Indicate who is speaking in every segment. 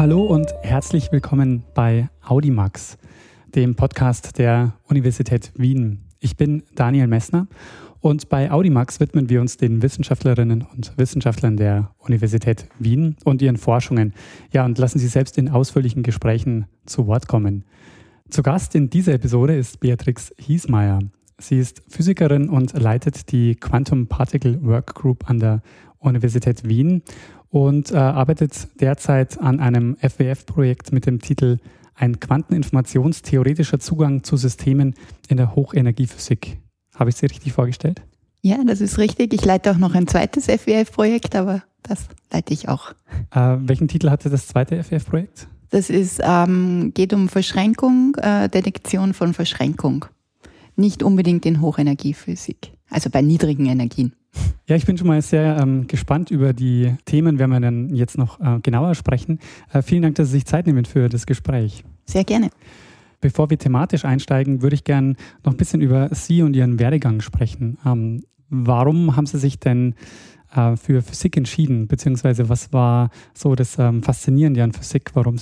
Speaker 1: Hallo und herzlich willkommen bei Audimax, dem Podcast der Universität Wien. Ich bin Daniel Messner und bei Audimax widmen wir uns den Wissenschaftlerinnen und Wissenschaftlern der Universität Wien und ihren Forschungen. Ja, und lassen Sie selbst in ausführlichen Gesprächen zu Wort kommen. Zu Gast in dieser Episode ist Beatrix Hiesmeier. Sie ist Physikerin und leitet die Quantum Particle Work Group an der Universität Wien und arbeitet derzeit an einem FWF-Projekt mit dem Titel Ein quanteninformationstheoretischer Zugang zu Systemen in der Hochenergiephysik. Habe ich Sie richtig vorgestellt?
Speaker 2: Ja, das ist richtig. Ich leite auch noch ein zweites FWF-Projekt, aber das leite ich auch.
Speaker 1: Welchen Titel hatte das zweite FWF-Projekt?
Speaker 2: Das ist, geht um Verschränkung, Detektion von Verschränkung. Nicht unbedingt in Hochenergiephysik, also bei niedrigen Energien.
Speaker 1: Ja, ich bin schon mal sehr gespannt über die Themen, werden wir dann jetzt noch genauer sprechen. Vielen Dank, dass Sie sich Zeit nehmen für das Gespräch.
Speaker 2: Sehr gerne.
Speaker 1: Bevor wir thematisch einsteigen, würde ich gerne noch ein bisschen über Sie und Ihren Werdegang sprechen. Warum haben Sie sich denn für Physik entschieden, beziehungsweise was war so das Faszinierende an Physik, warum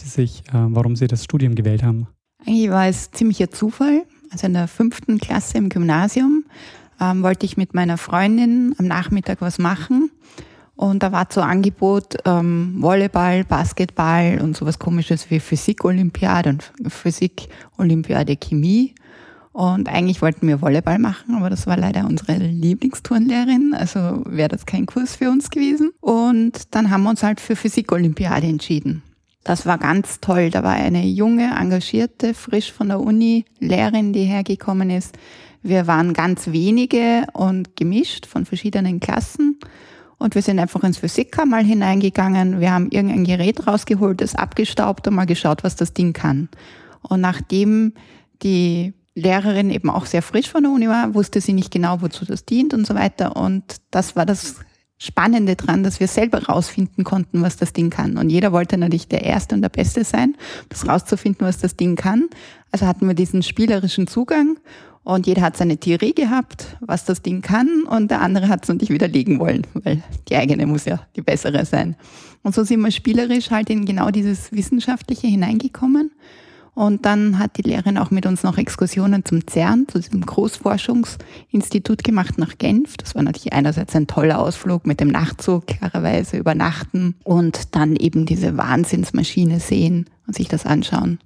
Speaker 1: Sie das Studium gewählt haben?
Speaker 2: Eigentlich war es ziemlicher Zufall. Also in der 5. Klasse im Gymnasium wollte ich mit meiner Freundin am Nachmittag was machen. Und da war zur Angebot Volleyball, Basketball und sowas Komisches wie Physik-Olympiade und Physik-Olympiade Chemie. Und eigentlich wollten wir Volleyball machen, aber das war leider unsere Lieblingsturnlehrerin, also wäre das kein Kurs für uns gewesen. Und dann haben wir uns halt für Physik-Olympiade entschieden. Das war ganz toll. Da war eine junge, engagierte, frisch von der Uni Lehrerin, die hergekommen ist. Wir waren ganz wenige und gemischt von verschiedenen Klassen. Und wir sind einfach ins Physikkammer hineingegangen. Wir haben irgendein Gerät rausgeholt, das abgestaubt und mal geschaut, was das Ding kann. Und nachdem die Lehrerin eben auch sehr frisch von der Uni war, wusste sie nicht genau, wozu das dient und so weiter. Und das war das Spannende dran, dass wir selber rausfinden konnten, was das Ding kann. Und jeder wollte natürlich der Erste und der Beste sein, das rauszufinden, was das Ding kann. Also hatten wir diesen spielerischen Zugang und jeder hat seine Theorie gehabt, was das Ding kann, und der andere hat es natürlich widerlegen wollen, weil die eigene muss ja die bessere sein. Und so sind wir spielerisch halt in genau dieses Wissenschaftliche hineingekommen. Und dann hat die Lehrerin auch mit uns noch Exkursionen zum CERN, zu diesem Großforschungsinstitut gemacht nach Genf. Das war natürlich einerseits ein toller Ausflug mit dem Nachtzug, klarerweise übernachten und dann eben diese Wahnsinnsmaschine sehen und sich das anschauen.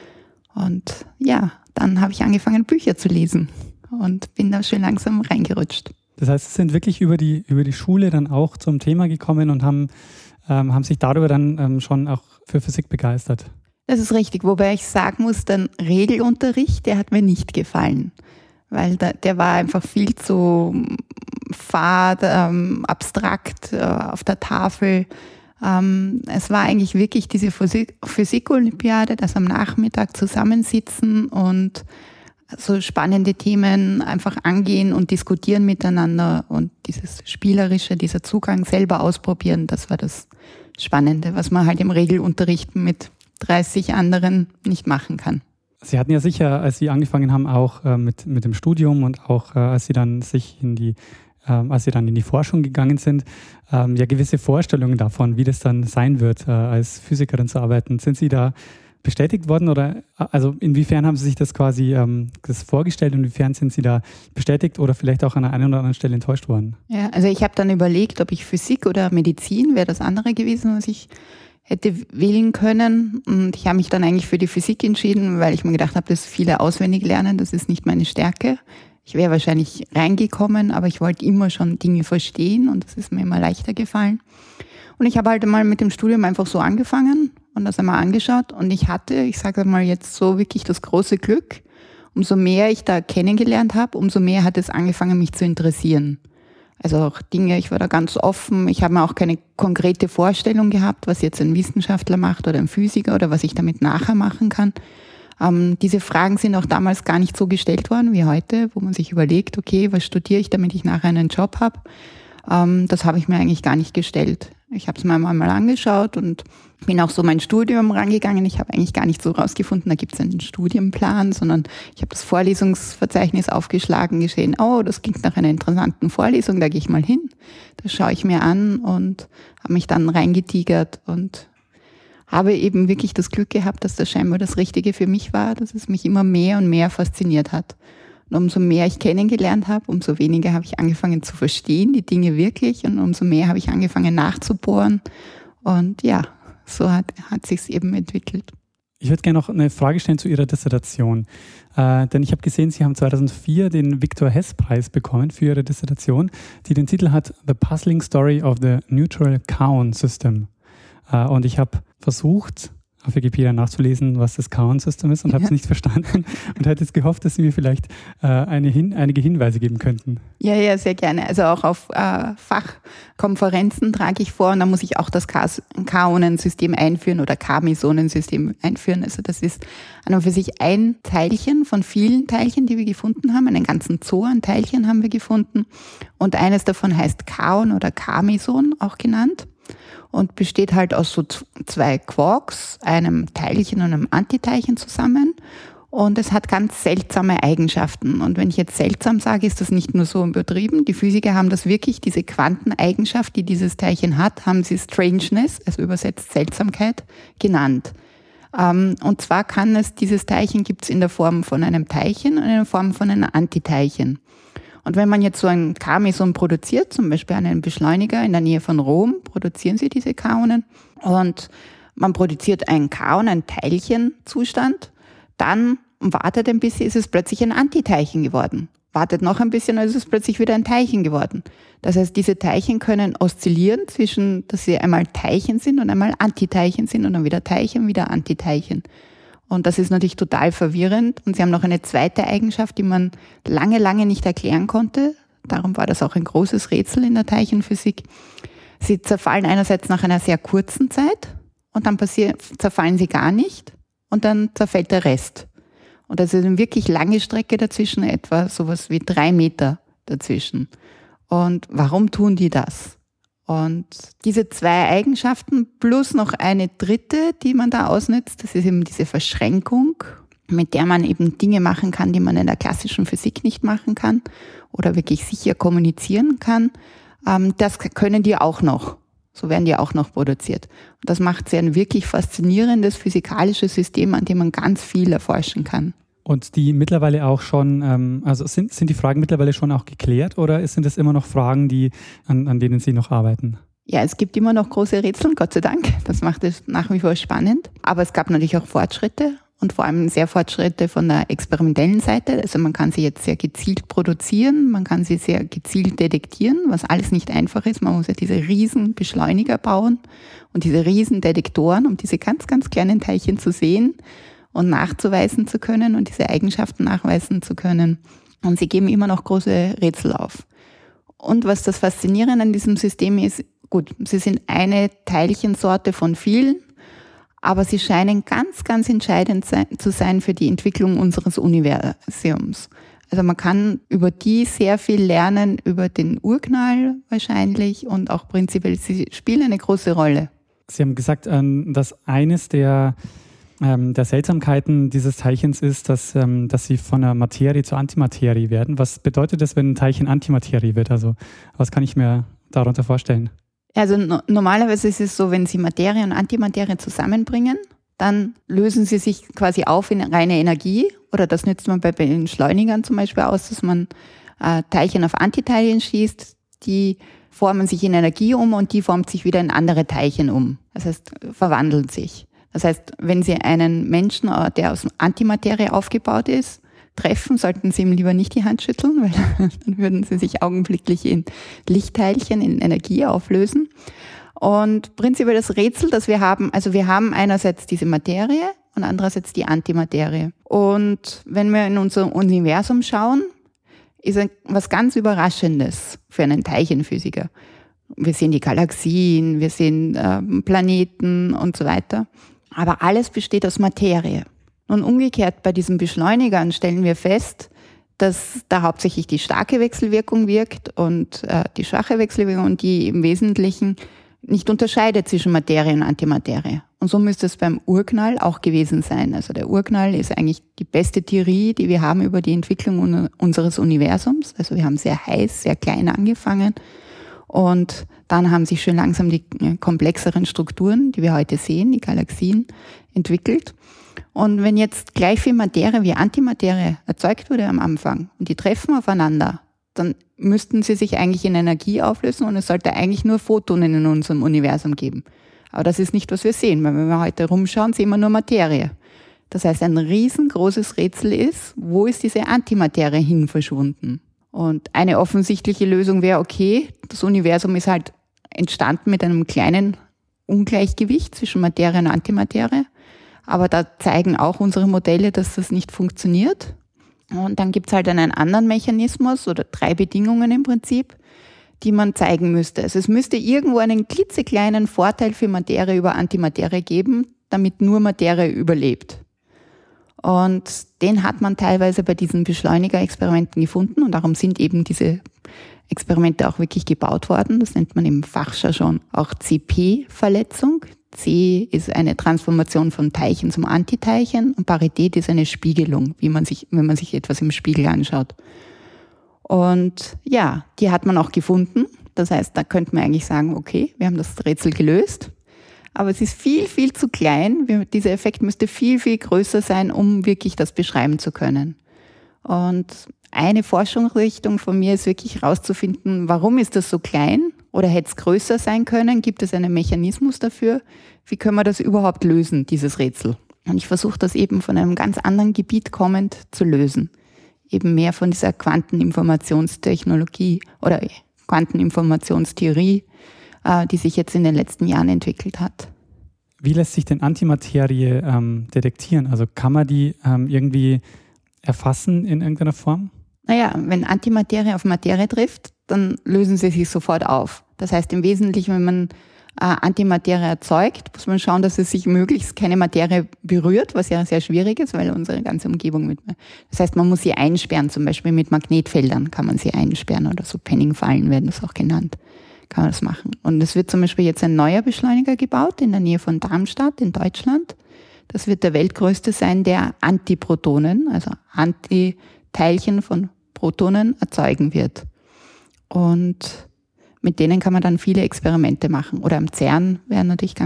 Speaker 2: Und ja, dann habe ich angefangen, Bücher zu lesen und bin da schön langsam reingerutscht.
Speaker 1: Das heißt, Sie sind wirklich über die Schule dann auch zum Thema gekommen und haben sich darüber dann schon auch für Physik begeistert.
Speaker 2: Das ist richtig, wobei ich sagen muss, der Regelunterricht, der hat mir nicht gefallen, weil der war einfach viel zu fad, abstrakt auf der Tafel. Es war eigentlich wirklich diese Physik-Olympiade, das am Nachmittag zusammensitzen und so spannende Themen einfach angehen und diskutieren miteinander und dieses Spielerische, dieser Zugang selber ausprobieren, das war das Spannende, was man halt im Regelunterricht mit 30 anderen nicht machen kann.
Speaker 1: Sie hatten ja sicher, als Sie angefangen haben, auch mit dem Studium und auch als Sie dann in die Forschung gegangen sind, ja gewisse Vorstellungen davon, wie das dann sein wird, als Physikerin zu arbeiten. Sind Sie da bestätigt worden oder also inwiefern haben Sie sich das quasi das vorgestellt, inwiefern sind Sie da bestätigt oder vielleicht auch an der einen oder anderen Stelle enttäuscht worden?
Speaker 2: Ja, also ich habe dann überlegt, ob ich Physik oder Medizin, wäre das andere gewesen, was ich hätte wählen können, und ich habe mich dann eigentlich für die Physik entschieden, weil ich mir gedacht habe, dass viele auswendig lernen, das ist nicht meine Stärke. Ich wäre wahrscheinlich reingekommen, aber ich wollte immer schon Dinge verstehen und das ist mir immer leichter gefallen. Und ich habe halt mal mit dem Studium einfach so angefangen und das einmal angeschaut und ich sage mal jetzt so wirklich das große Glück, umso mehr ich da kennengelernt habe, umso mehr hat es angefangen, mich zu interessieren. Also auch Dinge, ich war da ganz offen, ich habe mir auch keine konkrete Vorstellung gehabt, was jetzt ein Wissenschaftler macht oder ein Physiker oder was ich damit nachher machen kann. Diese Fragen sind auch damals gar nicht so gestellt worden wie heute, wo man sich überlegt, okay, was studiere ich, damit ich nachher einen Job habe. Das habe ich mir eigentlich gar nicht gestellt. Ich habe es mir einmal angeschaut und bin auch so mein Studium rangegangen. Ich habe eigentlich gar nicht so rausgefunden, da gibt es einen Studienplan, sondern ich habe das Vorlesungsverzeichnis aufgeschlagen, gesehen, oh, das klingt nach einer interessanten Vorlesung, da gehe ich mal hin. Das schaue ich mir an und habe mich dann reingetigert und habe eben wirklich das Glück gehabt, dass das scheinbar das Richtige für mich war, dass es mich immer mehr und mehr fasziniert hat. Und umso mehr ich kennengelernt habe, umso weniger habe ich angefangen zu verstehen, die Dinge wirklich, und umso mehr habe ich angefangen nachzubohren. Und ja, so hat sich's eben entwickelt.
Speaker 1: Ich würde gerne noch eine Frage stellen zu Ihrer Dissertation. Denn ich habe gesehen, Sie haben 2004 den Victor-Hess-Preis bekommen für Ihre Dissertation, die den Titel hat The Puzzling Story of the Neutral Kaon System. Und ich habe versucht, auf Wikipedia nachzulesen, was das Kaon-System ist, und habe es nicht verstanden und hätte jetzt gehofft, dass Sie mir vielleicht einige Hinweise geben könnten.
Speaker 2: Ja, sehr gerne. Also auch auf Fachkonferenzen trage ich vor, und da muss ich auch das Kaonensystem einführen oder K-Mesonensystem einführen. Also das ist an und für sich ein Teilchen von vielen Teilchen, die wir gefunden haben. Einen ganzen Zoo an Teilchen haben wir gefunden. Und eines davon heißt Kaon oder K-Meson auch genannt. Und besteht halt aus so 2 Quarks, einem Teilchen und einem Antiteilchen zusammen. Und es hat ganz seltsame Eigenschaften. Und wenn ich jetzt seltsam sage, ist das nicht nur so übertrieben. Die Physiker haben das wirklich, diese Quanteneigenschaft, die dieses Teilchen hat, haben sie Strangeness, also übersetzt Seltsamkeit, genannt. Und zwar dieses Teilchen gibt es in der Form von einem Teilchen und in der Form von einem Antiteilchen. Und wenn man jetzt so ein K-Meson produziert, zum Beispiel an einem Beschleuniger in der Nähe von Rom, produzieren sie diese Kaonen, und man produziert ein Kaon, ein Teilchenzustand, dann wartet ein bisschen, ist es plötzlich ein Antiteilchen geworden. Wartet noch ein bisschen, dann ist es plötzlich wieder ein Teilchen geworden. Das heißt, diese Teilchen können oszillieren zwischen, dass sie einmal Teilchen sind und einmal Antiteilchen sind und dann wieder Teilchen, wieder Antiteilchen. Und das ist natürlich total verwirrend. Und sie haben noch eine zweite Eigenschaft, die man lange nicht erklären konnte. Darum war das auch ein großes Rätsel in der Teilchenphysik. Sie zerfallen einerseits nach einer sehr kurzen Zeit und dann zerfallen sie gar nicht und dann zerfällt der Rest. Und das ist eine wirklich lange Strecke dazwischen, etwa sowas wie 3 Meter dazwischen. Und warum tun die das? Und diese 2 Eigenschaften plus noch eine dritte, die man da ausnutzt, das ist eben diese Verschränkung, mit der man eben Dinge machen kann, die man in der klassischen Physik nicht machen kann oder wirklich sicher kommunizieren kann. Das können die auch noch. So werden die auch noch produziert. Und das macht sie ein wirklich faszinierendes physikalisches System, an dem man ganz viel erforschen kann.
Speaker 1: Und die mittlerweile auch schon, also sind die Fragen mittlerweile schon auch geklärt, oder sind es immer noch Fragen, an denen Sie noch arbeiten?
Speaker 2: Ja, es gibt immer noch große Rätsel, Gott sei Dank. Das macht es nach wie vor spannend. Aber es gab natürlich auch Fortschritte und vor allem sehr Fortschritte von der experimentellen Seite. Also man kann sie jetzt sehr gezielt produzieren, man kann sie sehr gezielt detektieren, was alles nicht einfach ist. Man muss ja diese riesen Beschleuniger bauen und diese riesen Detektoren, um diese ganz kleinen Teilchen zu sehen und nachzuweisen zu können und diese Eigenschaften nachweisen zu können. Und sie geben immer noch große Rätsel auf. Und was das Faszinierende an diesem System ist, gut, sie sind eine Teilchensorte von vielen, aber sie scheinen ganz entscheidend zu sein für die Entwicklung unseres Universums. Also man kann über die sehr viel lernen, über den Urknall wahrscheinlich, und auch prinzipiell, sie spielen eine große Rolle.
Speaker 1: Sie haben gesagt, dass eines der Seltsamkeiten dieses Teilchens ist, dass sie von der Materie zur Antimaterie werden. Was bedeutet das, wenn ein Teilchen Antimaterie wird? Also was kann ich mir darunter vorstellen? Also
Speaker 2: normalerweise ist es so, wenn Sie Materie und Antimaterie zusammenbringen, dann lösen sie sich quasi auf in reine Energie. Oder das nützt man bei Beschleunigern zum Beispiel aus, dass man Teilchen auf Antiteilchen schießt, die formen sich in Energie um und die formt sich wieder in andere Teilchen um. Das heißt, verwandeln sich. Das heißt, wenn Sie einen Menschen, der aus Antimaterie aufgebaut ist, treffen, sollten Sie ihm lieber nicht die Hand schütteln, weil dann würden sie sich augenblicklich in Lichtteilchen, in Energie auflösen. Und prinzipiell das Rätsel, das wir haben, also wir haben einerseits diese Materie und andererseits die Antimaterie. Und wenn wir in unser Universum schauen, ist was ganz Überraschendes für einen Teilchenphysiker. Wir sehen die Galaxien, wir sehen Planeten und so weiter. Aber alles besteht aus Materie. Nun umgekehrt bei diesen Beschleunigern stellen wir fest, dass da hauptsächlich die starke Wechselwirkung wirkt und die schwache Wechselwirkung, und die im Wesentlichen nicht unterscheidet zwischen Materie und Antimaterie. Und so müsste es beim Urknall auch gewesen sein. Also der Urknall ist eigentlich die beste Theorie, die wir haben über die Entwicklung unseres Universums. Also wir haben sehr heiß, sehr klein angefangen Und dann haben sich schön langsam die komplexeren Strukturen, die wir heute sehen, die Galaxien, entwickelt. Und wenn jetzt gleich viel Materie wie Antimaterie erzeugt wurde am Anfang und die treffen aufeinander, dann müssten sie sich eigentlich in Energie auflösen und es sollte eigentlich nur Photonen in unserem Universum geben. Aber das ist nicht, was wir sehen, weil wenn wir heute rumschauen, sehen wir nur Materie. Das heißt, ein riesengroßes Rätsel ist, wo ist diese Antimaterie hin verschwunden? Und eine offensichtliche Lösung wäre, okay, das Universum ist halt entstanden mit einem kleinen Ungleichgewicht zwischen Materie und Antimaterie. Aber da zeigen auch unsere Modelle, dass das nicht funktioniert. Und dann gibt es halt einen anderen Mechanismus oder 3 Bedingungen im Prinzip, die man zeigen müsste. Also es müsste irgendwo einen klitzekleinen Vorteil für Materie über Antimaterie geben, damit nur Materie überlebt. Und den hat man teilweise bei diesen Beschleunigerexperimenten gefunden und darum sind eben diese Experimente auch wirklich gebaut worden. Das nennt man im Fachjargon auch CP-Verletzung. C ist eine Transformation von Teilchen zum Antiteilchen und Parität ist eine Spiegelung, wenn man sich etwas im Spiegel anschaut. Und ja, die hat man auch gefunden. Das heißt, da könnte man eigentlich sagen, okay, wir haben das Rätsel gelöst. Aber es ist viel, viel zu klein. Dieser Effekt müsste viel, viel größer sein, um wirklich das beschreiben zu können. Und eine Forschungsrichtung von mir ist wirklich herauszufinden, warum ist das so klein oder hätte es größer sein können? Gibt es einen Mechanismus dafür? Wie können wir das überhaupt lösen, dieses Rätsel? Und ich versuche das eben von einem ganz anderen Gebiet kommend zu lösen. Eben mehr von dieser Quanteninformationstechnologie oder Quanteninformationstheorie, die sich jetzt in den letzten Jahren entwickelt hat.
Speaker 1: Wie lässt sich denn Antimaterie detektieren? Also kann man die irgendwie erfassen in irgendeiner Form?
Speaker 2: Naja, wenn Antimaterie auf Materie trifft, dann lösen sie sich sofort auf. Das heißt im Wesentlichen, wenn man Antimaterie erzeugt, muss man schauen, dass es sich möglichst keine Materie berührt, was ja sehr schwierig ist, weil unsere ganze Umgebung das heißt, man muss sie einsperren, zum Beispiel mit Magnetfeldern kann man sie einsperren oder so Penningfallen werden das auch genannt. Kann man das machen. Und es wird zum Beispiel jetzt ein neuer Beschleuniger gebaut in der Nähe von Darmstadt in Deutschland. Das wird der weltgrößte sein, der Antiprotonen, also Antiteilchen von Protonen erzeugen wird. Und mit denen kann man dann viele Experimente machen. Oder am CERN werden natürlich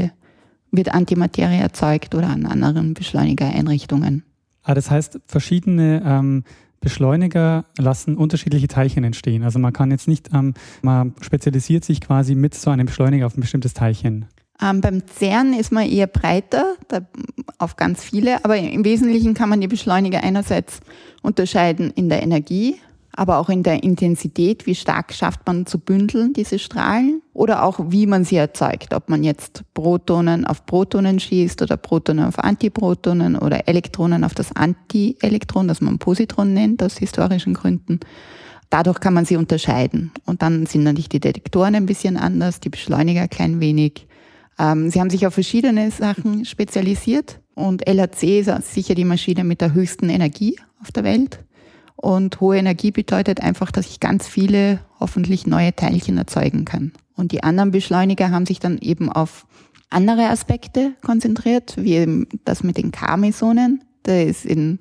Speaker 2: wird Antimaterie erzeugt oder an anderen Beschleunigereinrichtungen.
Speaker 1: Das heißt, verschiedene Beschleuniger lassen unterschiedliche Teilchen entstehen. Also man kann jetzt nicht, man spezialisiert sich quasi mit so einem Beschleuniger auf ein bestimmtes Teilchen.
Speaker 2: Beim CERN ist man eher breiter, auf ganz viele, aber im Wesentlichen kann man die Beschleuniger einerseits unterscheiden in der Energie, aber auch in der Intensität, wie stark schafft man zu bündeln, diese Strahlen, oder auch wie man sie erzeugt, ob man jetzt Protonen auf Protonen schießt oder Protonen auf Antiprotonen oder Elektronen auf das Antielektron, das man Positron nennt, aus historischen Gründen. Dadurch kann man sie unterscheiden. Und dann sind natürlich die Detektoren ein bisschen anders, die Beschleuniger ein klein wenig. Sie haben sich auf verschiedene Sachen spezialisiert und LHC ist sicher die Maschine mit der höchsten Energie auf der Welt. Und hohe Energie bedeutet einfach, dass ich ganz viele hoffentlich neue Teilchen erzeugen kann. Und die anderen Beschleuniger haben sich dann eben auf andere Aspekte konzentriert, wie eben das mit den K-Mesonen. Der ist in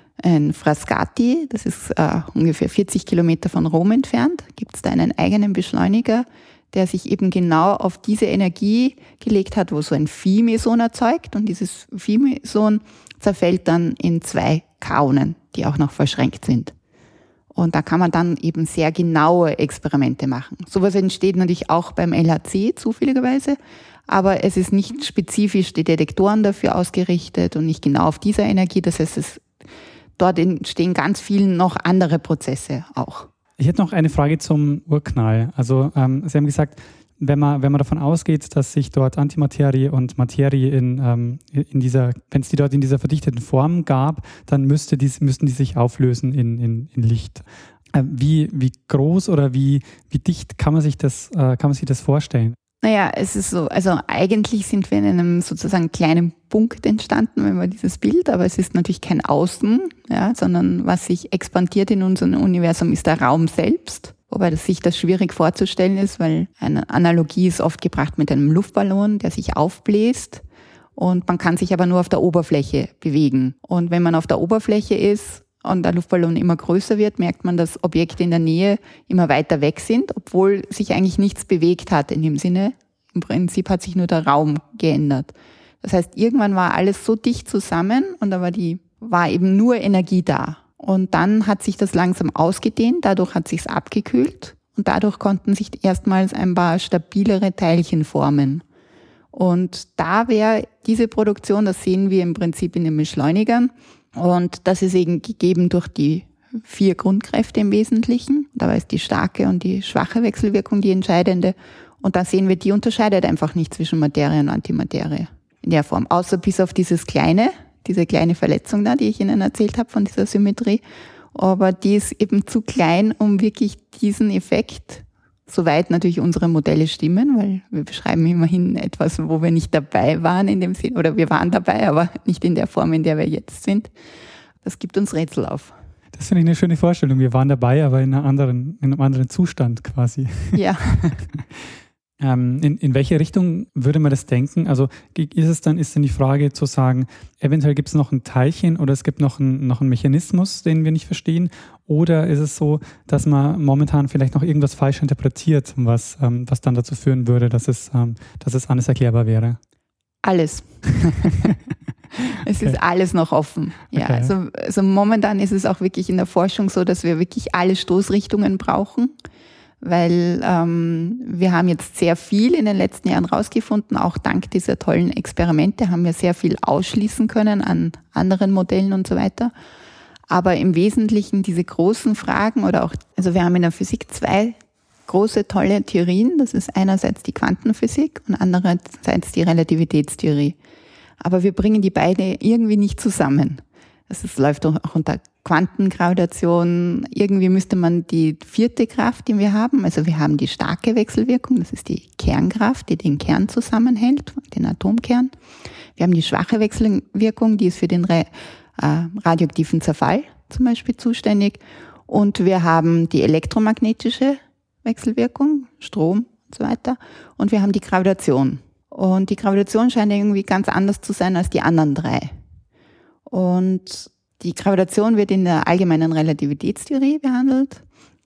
Speaker 2: Frascati, das ist ungefähr 40 Kilometer von Rom entfernt, gibt es da einen eigenen Beschleuniger, der sich eben genau auf diese Energie gelegt hat, wo so ein Phi-Meson erzeugt. Und dieses Phi-Meson zerfällt dann in 2 Kaonen, die auch noch verschränkt sind. Und da kann man dann eben sehr genaue Experimente machen. Sowas entsteht natürlich auch beim LHC zufälligerweise, aber es ist nicht spezifisch die Detektoren dafür ausgerichtet und nicht genau auf dieser Energie. Das heißt, dort entstehen ganz viele noch andere Prozesse auch.
Speaker 1: Ich hätte noch eine Frage zum Urknall. Also Sie haben gesagt, wenn man davon ausgeht, dass sich dort Antimaterie und Materie wenn es die dort in dieser verdichteten Form gab, dann müssten die sich auflösen in Licht. Wie groß oder wie dicht kann man sich das vorstellen?
Speaker 2: Naja, es ist so, also eigentlich sind wir in einem sozusagen kleinen Punkt entstanden, wenn wir dieses Bild, aber es ist natürlich kein Außen, ja, sondern was sich expandiert in unserem Universum ist der Raum selbst. Wobei sich das schwierig vorzustellen ist, weil eine Analogie ist oft gebracht mit einem Luftballon, der sich aufbläst und man kann sich aber nur auf der Oberfläche bewegen. Und wenn man auf der Oberfläche ist und der Luftballon immer größer wird, merkt man, dass Objekte in der Nähe immer weiter weg sind, obwohl sich eigentlich nichts bewegt hat in dem Sinne. Im Prinzip hat sich nur der Raum geändert. Das heißt, irgendwann war alles so dicht zusammen und da war eben nur Energie da. Und dann hat sich das langsam ausgedehnt, dadurch hat sich's abgekühlt und dadurch konnten sich erstmals ein paar stabilere Teilchen formen. Und da wäre diese Produktion, das sehen wir im Prinzip in den Beschleunigern, und das ist eben gegeben durch die 4 Grundkräfte im Wesentlichen. Dabei ist die starke und die schwache Wechselwirkung die entscheidende. Und da sehen wir, die unterscheidet einfach nicht zwischen Materie und Antimaterie in der Form. Außer bis auf diese kleine Verletzung da, die ich Ihnen erzählt habe von dieser Symmetrie. Aber die ist eben zu klein, um wirklich diesen Effekt, soweit natürlich unsere Modelle stimmen, weil wir beschreiben immerhin etwas, wo wir nicht dabei waren in dem Sinn, oder wir waren dabei, aber nicht in der Form, in der wir jetzt sind. Das gibt uns Rätsel auf.
Speaker 1: Das finde ich eine schöne Vorstellung. Wir waren dabei, aber in einem anderen Zustand quasi.
Speaker 2: Ja.
Speaker 1: In welche Richtung würde man das denken? Also ist dann die Frage zu sagen, eventuell gibt es noch ein Teilchen oder es gibt noch einen Mechanismus, den wir nicht verstehen? Oder ist es so, dass man momentan vielleicht noch irgendwas falsch interpretiert, was dann dazu führen würde, dass es anders erklärbar wäre?
Speaker 2: Alles. Es ist alles noch offen. Ja, okay. Also momentan ist es auch wirklich in der Forschung so, dass wir wirklich alle Stoßrichtungen brauchen. Weil wir haben jetzt sehr viel in den letzten Jahren rausgefunden, auch dank dieser tollen Experimente haben wir sehr viel ausschließen können an anderen Modellen und so weiter. Aber im Wesentlichen diese großen Fragen also wir haben in der Physik 2 große, tolle Theorien. Das ist einerseits die Quantenphysik und andererseits die Relativitätstheorie. Aber wir bringen die beide irgendwie nicht zusammen. Es läuft auch unter Quantengravitation. Irgendwie müsste man die 4. Kraft, die wir haben, also wir haben die starke Wechselwirkung, das ist die Kernkraft, die den Kern zusammenhält, den Atomkern. Wir haben die schwache Wechselwirkung, die ist für den radioaktiven Zerfall zum Beispiel zuständig. Und wir haben die elektromagnetische Wechselwirkung, Strom und so weiter. Und wir haben die Gravitation. Und die Gravitation scheint irgendwie ganz anders zu sein als die anderen 3. Und die Gravitation wird in der allgemeinen Relativitätstheorie behandelt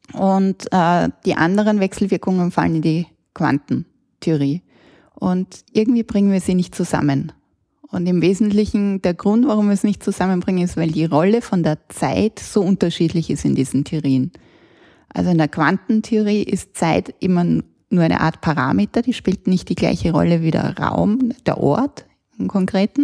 Speaker 2: und die anderen Wechselwirkungen fallen in die Quantentheorie. Und irgendwie bringen wir sie nicht zusammen. Und im Wesentlichen der Grund, warum wir es nicht zusammenbringen, ist, weil die Rolle von der Zeit so unterschiedlich ist in diesen Theorien. Also in der Quantentheorie ist Zeit immer nur eine Art Parameter, die spielt nicht die gleiche Rolle wie der Raum, der Ort im Konkreten.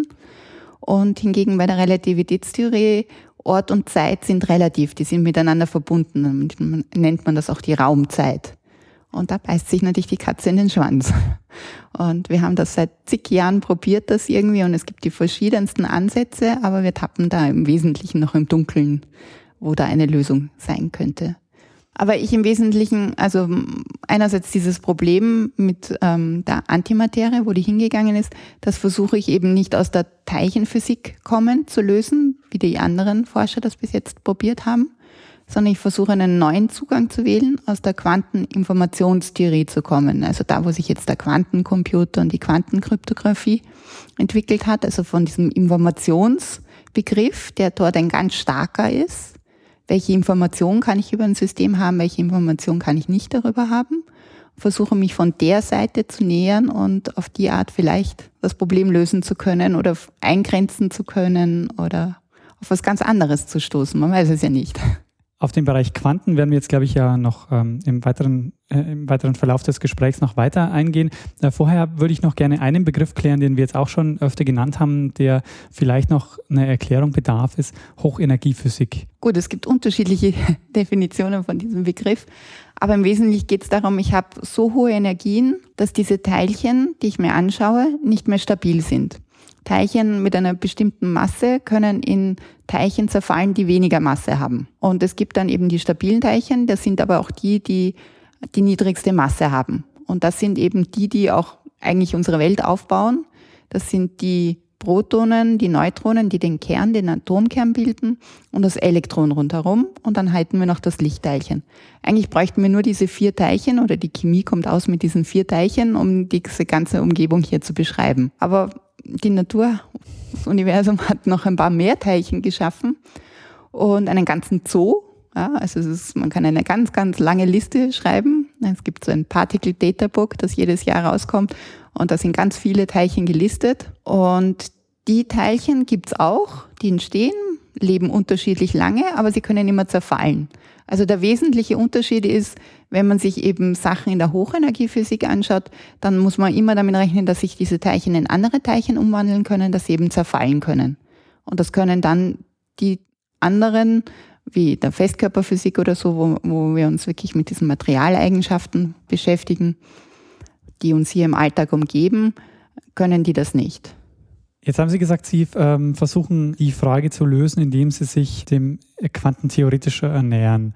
Speaker 2: Und hingegen bei der Relativitätstheorie, Ort und Zeit sind relativ, die sind miteinander verbunden. Dann nennt man das auch die Raumzeit. Und da beißt sich natürlich die Katze in den Schwanz. Und wir haben das seit zig Jahren probiert, das irgendwie, und es gibt die verschiedensten Ansätze, aber wir tappen da im Wesentlichen noch im Dunkeln, wo da eine Lösung sein könnte. Aber ich im Wesentlichen, also einerseits dieses Problem mit der Antimaterie, wo die hingegangen ist, das versuche ich eben nicht aus der Teilchenphysik kommend zu lösen, wie die anderen Forscher das bis jetzt probiert haben, sondern ich versuche einen neuen Zugang zu wählen, aus der Quanteninformationstheorie zu kommen. Also da, wo sich jetzt der Quantencomputer und die Quantenkryptographie entwickelt hat, also von diesem Informationsbegriff, der dort ein ganz starker ist. Welche Information kann ich über ein System haben, welche Information kann ich nicht darüber haben? Versuche mich von der Seite zu nähern und auf die Art vielleicht das Problem lösen zu können oder eingrenzen zu können oder auf was ganz anderes zu stoßen. Man weiß es ja nicht.
Speaker 1: Auf den Bereich Quanten werden wir jetzt, glaube ich, ja noch im weiteren Verlauf des Gesprächs noch weiter eingehen. Vorher würde ich noch gerne einen Begriff klären, den wir jetzt auch schon öfter genannt haben, der vielleicht noch eine Erklärung bedarf, ist Hochenergiephysik.
Speaker 2: Gut, es gibt unterschiedliche Definitionen von diesem Begriff, aber im Wesentlichen geht es darum, ich habe so hohe Energien, dass diese Teilchen, die ich mir anschaue, nicht mehr stabil sind. Teilchen mit einer bestimmten Masse können in Teilchen zerfallen, die weniger Masse haben. Und es gibt dann eben die stabilen Teilchen, das sind aber auch die niedrigste Masse haben. Und das sind eben die auch eigentlich unsere Welt aufbauen. Das sind die Protonen, die Neutronen, die den Kern, den Atomkern bilden und das Elektron rundherum. Und dann halten wir noch das Lichtteilchen. Eigentlich bräuchten wir nur diese 4 Teilchen oder die Chemie kommt aus mit diesen 4 Teilchen, um diese ganze Umgebung hier zu beschreiben. Aber die Natur, das Universum hat noch ein paar mehr Teilchen geschaffen und einen ganzen Zoo. Ja, also man kann eine ganz, ganz lange Liste schreiben. Es gibt so ein Particle Data Book, das jedes Jahr rauskommt und da sind ganz viele Teilchen gelistet. Und die Teilchen gibt's auch, die entstehen, leben unterschiedlich lange, aber sie können immer zerfallen. Also der wesentliche Unterschied ist, wenn man sich eben Sachen in der Hochenergiephysik anschaut, dann muss man immer damit rechnen, dass sich diese Teilchen in andere Teilchen umwandeln können, dass sie eben zerfallen können. Und das können dann die anderen, wie der Festkörperphysik oder so, wo wir uns wirklich mit diesen Materialeigenschaften beschäftigen, die uns hier im Alltag umgeben, können die das nicht.
Speaker 1: Jetzt haben Sie gesagt, Sie versuchen die Frage zu lösen, indem Sie sich dem quantentheoretischer ernähren.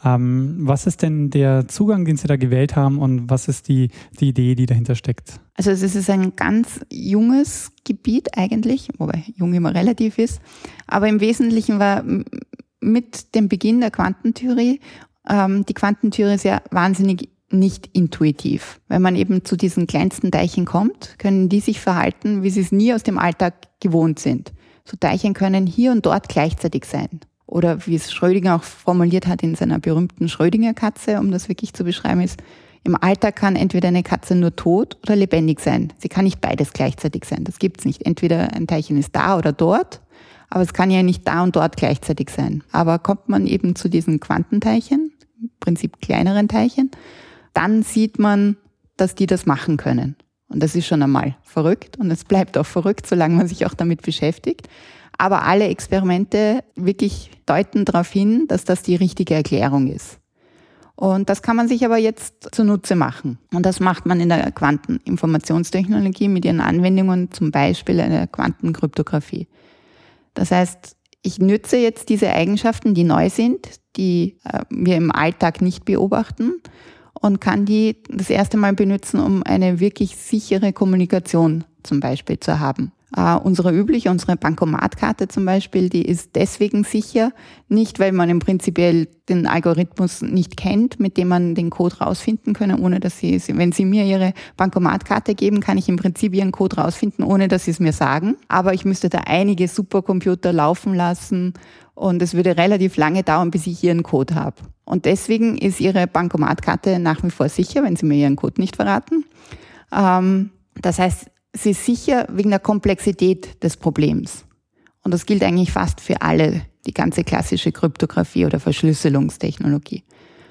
Speaker 1: Was ist denn der Zugang, den Sie da gewählt haben und was ist die Idee, die dahinter steckt?
Speaker 2: Also es ist ein ganz junges Gebiet eigentlich, wobei jung immer relativ ist, aber im Wesentlichen war mit dem Beginn der Quantentheorie, die Quantentheorie ist ja wahnsinnig nicht intuitiv. Wenn man eben zu diesen kleinsten Teilchen kommt, können die sich verhalten, wie sie es nie aus dem Alltag gewohnt sind. So Teilchen können hier und dort gleichzeitig sein. Oder wie es Schrödinger auch formuliert hat in seiner berühmten Schrödinger-Katze, um das wirklich zu beschreiben, ist, im Alltag kann entweder eine Katze nur tot oder lebendig sein. Sie kann nicht beides gleichzeitig sein. Das gibt's nicht. Entweder ein Teilchen ist da oder dort, aber es kann ja nicht da und dort gleichzeitig sein. Aber kommt man eben zu diesen Quantenteilchen, im Prinzip kleineren Teilchen, dann sieht man, dass die das machen können. Und das ist schon einmal verrückt und es bleibt auch verrückt, solange man sich auch damit beschäftigt. Aber alle Experimente wirklich deuten darauf hin, dass das die richtige Erklärung ist. Und das kann man sich aber jetzt zunutze machen. Und das macht man in der Quanteninformationstechnologie mit ihren Anwendungen, zum Beispiel in der Quantenkryptographie. Das heißt, ich nütze jetzt diese Eigenschaften, die neu sind, die wir im Alltag nicht beobachten, und kann die das erste Mal benutzen, um eine wirklich sichere Kommunikation zum Beispiel zu haben. Unsere Bankomatkarte zum Beispiel, die ist deswegen sicher, nicht weil man im Prinzipiell den Algorithmus nicht kennt, mit dem man den Code rausfinden können, ohne dass wenn Sie mir Ihre Bankomatkarte geben, kann ich im Prinzip Ihren Code rausfinden, ohne dass Sie es mir sagen. Aber ich müsste da einige Supercomputer laufen lassen und es würde relativ lange dauern, bis ich Ihren Code habe. Und deswegen ist Ihre Bankomatkarte nach wie vor sicher, wenn Sie mir Ihren Code nicht verraten. Das heißt, sie ist sicher wegen der Komplexität des Problems. Und das gilt eigentlich fast für alle, die ganze klassische Kryptographie oder Verschlüsselungstechnologie.